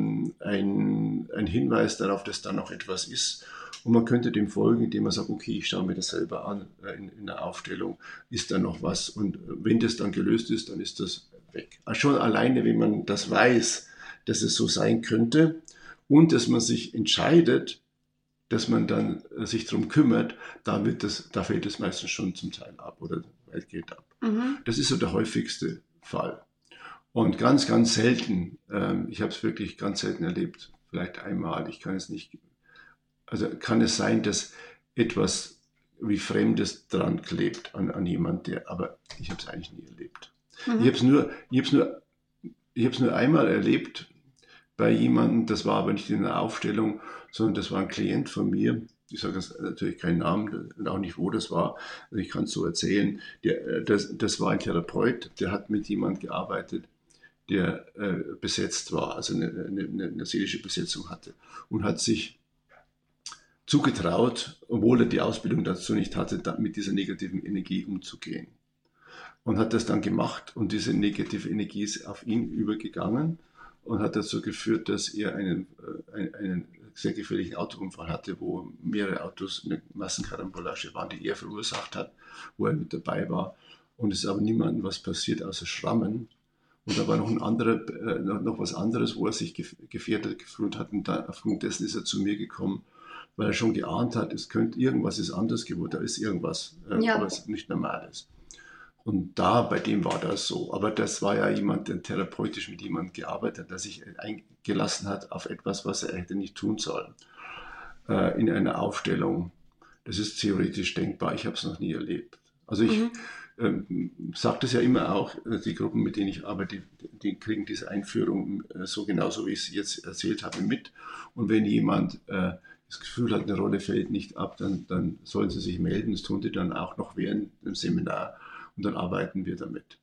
A: Hinweis darauf, dass da noch etwas ist. Und man könnte dem folgen, indem man sagt, okay, ich schaue mir das selber an in der Aufstellung, ist da noch was? Und wenn das dann gelöst ist, dann ist das weg. Also schon alleine, wenn man das weiß, dass es so sein könnte und dass man sich entscheidet, dass man dann sich darum kümmert, da fällt es meistens schon zum Teil ab oder weitgehend ab. Mhm. Das ist so der häufigste Fall. Und ganz, ganz selten, ich habe es wirklich ganz selten erlebt, vielleicht einmal, ich kann es nicht. Also kann es sein, dass etwas wie Fremdes dran klebt an jemand, aber ich habe es eigentlich nie erlebt. Mhm. Ich habe es nur einmal erlebt bei jemandem, das war aber nicht in einer Aufstellung, sondern das war ein Klient von mir. Ich sage jetzt natürlich keinen Namen und auch nicht, wo das war. Also ich kann es so erzählen. Das war ein Therapeut, der hat mit jemandem gearbeitet, der besetzt war, also eine seelische Besetzung hatte und hat sich zugetraut, obwohl er die Ausbildung dazu nicht hatte, mit dieser negativen Energie umzugehen. Und hat das dann gemacht und diese negative Energie ist auf ihn übergegangen und hat dazu geführt, dass er einen sehr gefährlichen Autounfall hatte, wo mehrere Autos eine Massenkarambolage waren, die er verursacht hat, wo er mit dabei war. Und es ist aber niemandem was passiert, außer Schrammen. Und da war noch noch was anderes, wo er sich gefährdet gefühlt hat. Und aufgrund dessen ist er zu mir gekommen, weil er schon geahnt hat, irgendwas ist anders geworden, da ist irgendwas, was nicht normal ist. Und bei dem war das so. Aber das war ja jemand, der therapeutisch mit jemandem gearbeitet hat, der sich eingelassen hat auf etwas, was er hätte nicht tun sollen. In einer Aufstellung. Das ist theoretisch denkbar, ich habe es noch nie erlebt. Also ich sage das ja immer auch, die Gruppen, mit denen ich arbeite, die kriegen diese Einführung so genauso, wie ich es jetzt erzählt habe, mit. Und wenn jemand das Gefühl hat, eine Rolle fällt nicht ab, dann sollen sie sich melden. Das tun die dann auch noch während dem Seminar und dann arbeiten wir damit.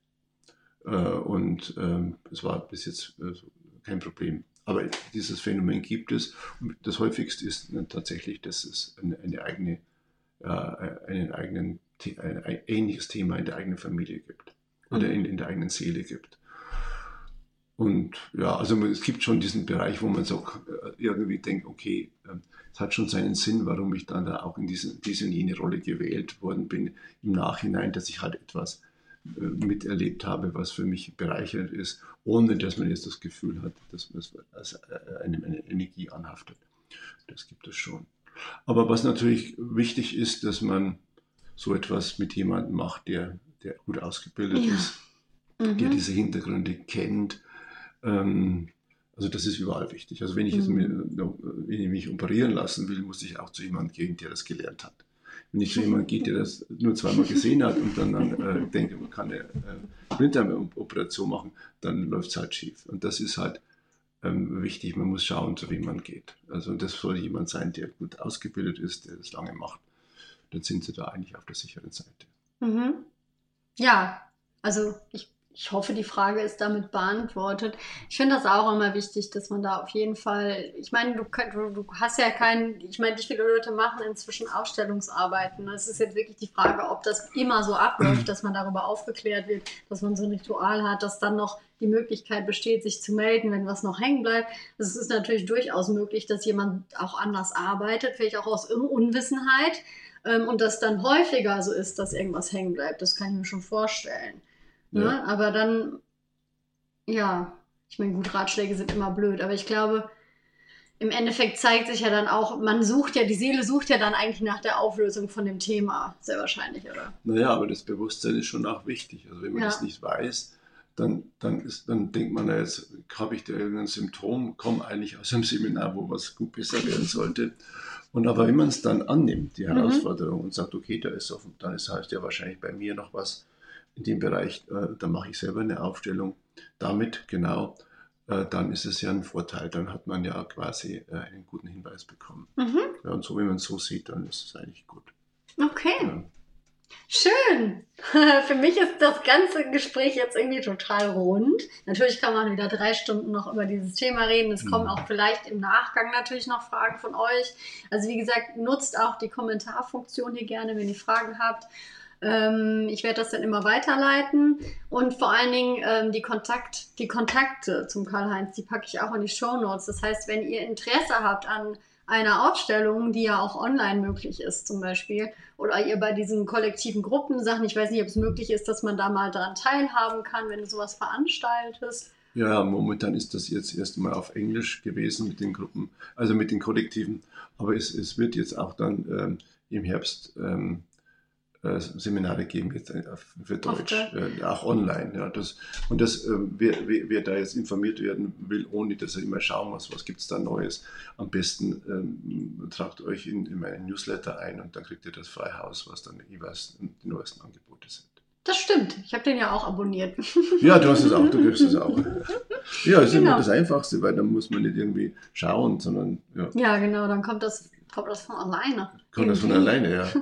A: Es war bis jetzt kein Problem. Aber dieses Phänomen gibt es. Und das häufigste ist tatsächlich, dass es ein ähnliches Thema in der eigenen Familie gibt oder in der eigenen Seele gibt. Und ja, also es gibt schon diesen Bereich, wo man so irgendwie denkt, okay, es hat schon seinen Sinn, warum ich dann da auch in diese und jene Rolle gewählt worden bin im Nachhinein, dass ich halt etwas miterlebt habe, was für mich bereichernd ist, ohne dass man jetzt das Gefühl hat, dass man eine Energie anhaftet. Das gibt es schon. Aber was natürlich wichtig ist, dass man so etwas mit jemandem macht, der gut ausgebildet ist, der diese Hintergründe kennt. Also das ist überall wichtig. Also wenn ich mich operieren lassen will, muss ich auch zu jemandem gehen, der das gelernt hat. Wenn ich zu jemandem gehe, der das nur zweimal gesehen hat und dann denke, man kann eine Blinddarmoperation machen, dann läuft es halt schief. Und das ist halt wichtig. Man muss schauen, zu wem man geht. Also das soll jemand sein, der gut ausgebildet ist, der das lange macht. Dann sind sie da eigentlich auf der sicheren Seite.
B: Mhm. Ja, also ich hoffe, die Frage ist damit beantwortet. Ich finde das auch immer wichtig, dass man da auf jeden Fall, ich meine, du hast ja wie viele Leute machen inzwischen Aufstellungsarbeiten. Es ist jetzt wirklich die Frage, ob das immer so abläuft, dass man darüber aufgeklärt wird, dass man so ein Ritual hat, dass dann noch die Möglichkeit besteht, sich zu melden, wenn was noch hängen bleibt. Es ist natürlich durchaus möglich, dass jemand auch anders arbeitet, vielleicht auch aus Unwissenheit. Und das dann häufiger so ist, dass irgendwas hängen bleibt. Das kann ich mir schon vorstellen. Ja. Ne? Aber dann, ja, ich meine, gut, Ratschläge sind immer blöd, aber ich glaube, im Endeffekt zeigt sich ja dann auch, die Seele sucht ja dann eigentlich nach der Auflösung von dem Thema, sehr wahrscheinlich, oder?
A: Naja, aber das Bewusstsein ist schon auch wichtig. Also wenn man das nicht weiß, dann denkt man, jetzt habe ich da irgendein Symptom, komme eigentlich aus einem Seminar, wo was gut besser werden sollte. Aber wenn man es dann annimmt, die Herausforderung, und sagt, okay, da ist offen, dann heißt ja wahrscheinlich bei mir noch was in dem Bereich, da mache ich selber eine Aufstellung damit, genau. dann ist es ja ein Vorteil. Dann hat man ja quasi einen guten Hinweis bekommen. Ja, und so, wenn man es so sieht, dann ist es eigentlich gut.
B: Okay.
A: Ja.
B: Schön. Für mich ist das ganze Gespräch jetzt irgendwie total rund. Natürlich kann man wieder 3 Stunden noch über dieses Thema reden. Es kommen auch vielleicht im Nachgang natürlich noch Fragen von euch. Also wie gesagt, nutzt auch die Kommentarfunktion hier gerne, wenn ihr Fragen habt. Ich werde das dann immer weiterleiten. Und vor allen Dingen die Kontakte zum Karl-Heinz, die packe ich auch in die Shownotes. Das heißt, wenn ihr Interesse habt an einer Ausstellung, die ja auch online möglich ist zum Beispiel, oder ihr bei diesen kollektiven Gruppensachen, ich weiß nicht, ob es möglich ist, dass man da mal daran teilhaben kann, wenn du sowas veranstaltest.
A: Ja, momentan ist das jetzt erst mal auf Englisch gewesen mit den Gruppen, also mit den Kollektiven, aber es wird jetzt auch dann im Herbst Seminare geben jetzt für Deutsch, auch online. Ja, wer da jetzt informiert werden will, ohne dass er immer schauen muss, was gibt es da Neues, am besten tragt euch in meinen Newsletter ein und dann kriegt ihr das Freihaus, was dann jeweils die neuesten Angebote sind.
B: Das stimmt, ich habe den ja auch abonniert.
A: Ja, du hast es auch, du kriegst es auch. Ja, das ist immer das Einfachste, weil dann muss man nicht irgendwie schauen, sondern...
B: Ja, genau, dann kommt das von alleine.
A: Kommt das von alleine, ja.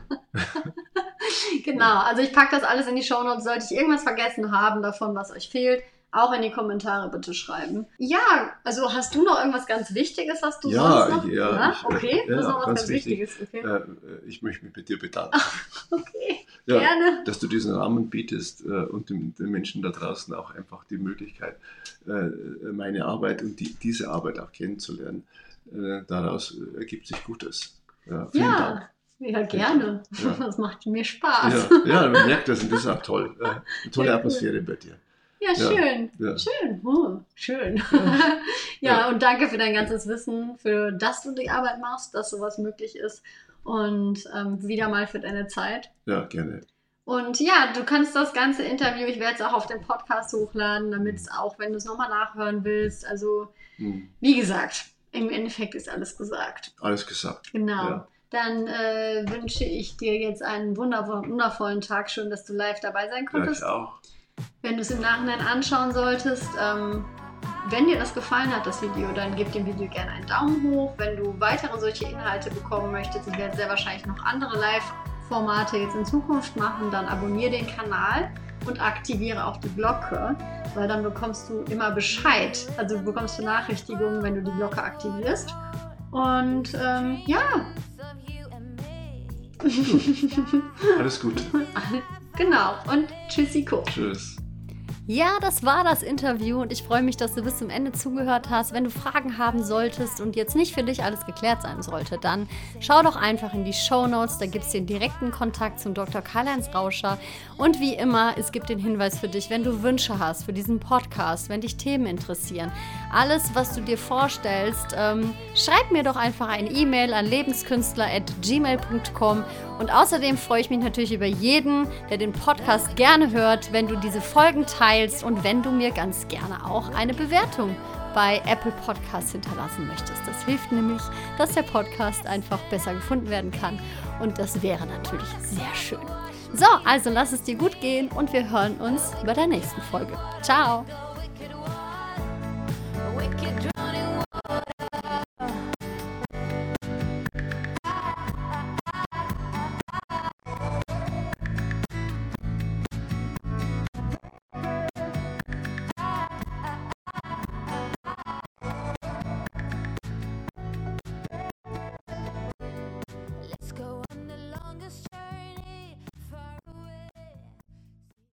B: Genau, also ich packe das alles in die Shownotes. Sollte ich irgendwas vergessen haben davon, was euch fehlt, auch in die Kommentare bitte schreiben. Ja, also hast du noch irgendwas ganz Wichtiges, was du sonst noch? Ja, okay, das ist noch was ganz Wichtiges. Okay.
A: Ich möchte mich bei dir bedanken.
B: Okay, gerne.
A: Dass du diesen Rahmen bietest und den Menschen da draußen auch einfach die Möglichkeit, meine Arbeit und diese Arbeit auch kennenzulernen. Daraus ergibt sich Gutes. Ja, vielen Dank.
B: Ja, gerne. Ja. Das macht mir Spaß.
A: Ja, man merkt das und das ist auch toll. Eine tolle Atmosphäre bei dir.
B: Ja, schön. Ja. Schön. Schön. Ja, und danke für dein ganzes Wissen, für dass du die Arbeit machst, dass sowas möglich ist und wieder mal für deine Zeit.
A: Ja, gerne.
B: Und ja, du kannst das ganze Interview, ich werde es auch auf dem Podcast hochladen, damit es auch, wenn du es nochmal nachhören willst, also wie gesagt, im Endeffekt ist alles gesagt.
A: Alles gesagt.
B: Genau. Ja. Dann wünsche ich dir jetzt einen wundervollen Tag. Schön, dass du live dabei sein konntest.
A: Ja, ich auch.
B: Wenn du es im Nachhinein anschauen solltest, wenn dir das gefallen hat, das Video, dann gib dem Video gerne einen Daumen hoch. Wenn du weitere solche Inhalte bekommen möchtest, ich werde sehr wahrscheinlich noch andere Live-Formate jetzt in Zukunft machen, dann abonniere den Kanal und aktiviere auch die Glocke, weil dann bekommst du immer Bescheid. Also bekommst du Nachrichtigungen, wenn du die Glocke aktivierst. Und ja.
A: Alles gut.
B: Genau. Und tschüssiko.
A: Tschüss.
C: Ja, das war das Interview und ich freue mich, dass du bis zum Ende zugehört hast. Wenn du Fragen haben solltest und jetzt nicht für dich alles geklärt sein sollte, dann schau doch einfach in die Shownotes, da gibt es den direkten Kontakt zum Dr. Karl-Heinz Rauscher. Und wie immer, es gibt den Hinweis für dich, wenn du Wünsche hast für diesen Podcast, wenn dich Themen interessieren, alles, was du dir vorstellst, schreib mir doch einfach eine E-Mail an lebenskünstler@gmail.com. Und außerdem freue ich mich natürlich über jeden, der den Podcast gerne hört, wenn du diese Folgen teilst und wenn du mir ganz gerne auch eine Bewertung bei Apple Podcasts hinterlassen möchtest. Das hilft nämlich, dass der Podcast einfach besser gefunden werden kann und das wäre natürlich sehr schön. So, also lass es dir gut gehen und wir hören uns bei der nächsten Folge. Ciao!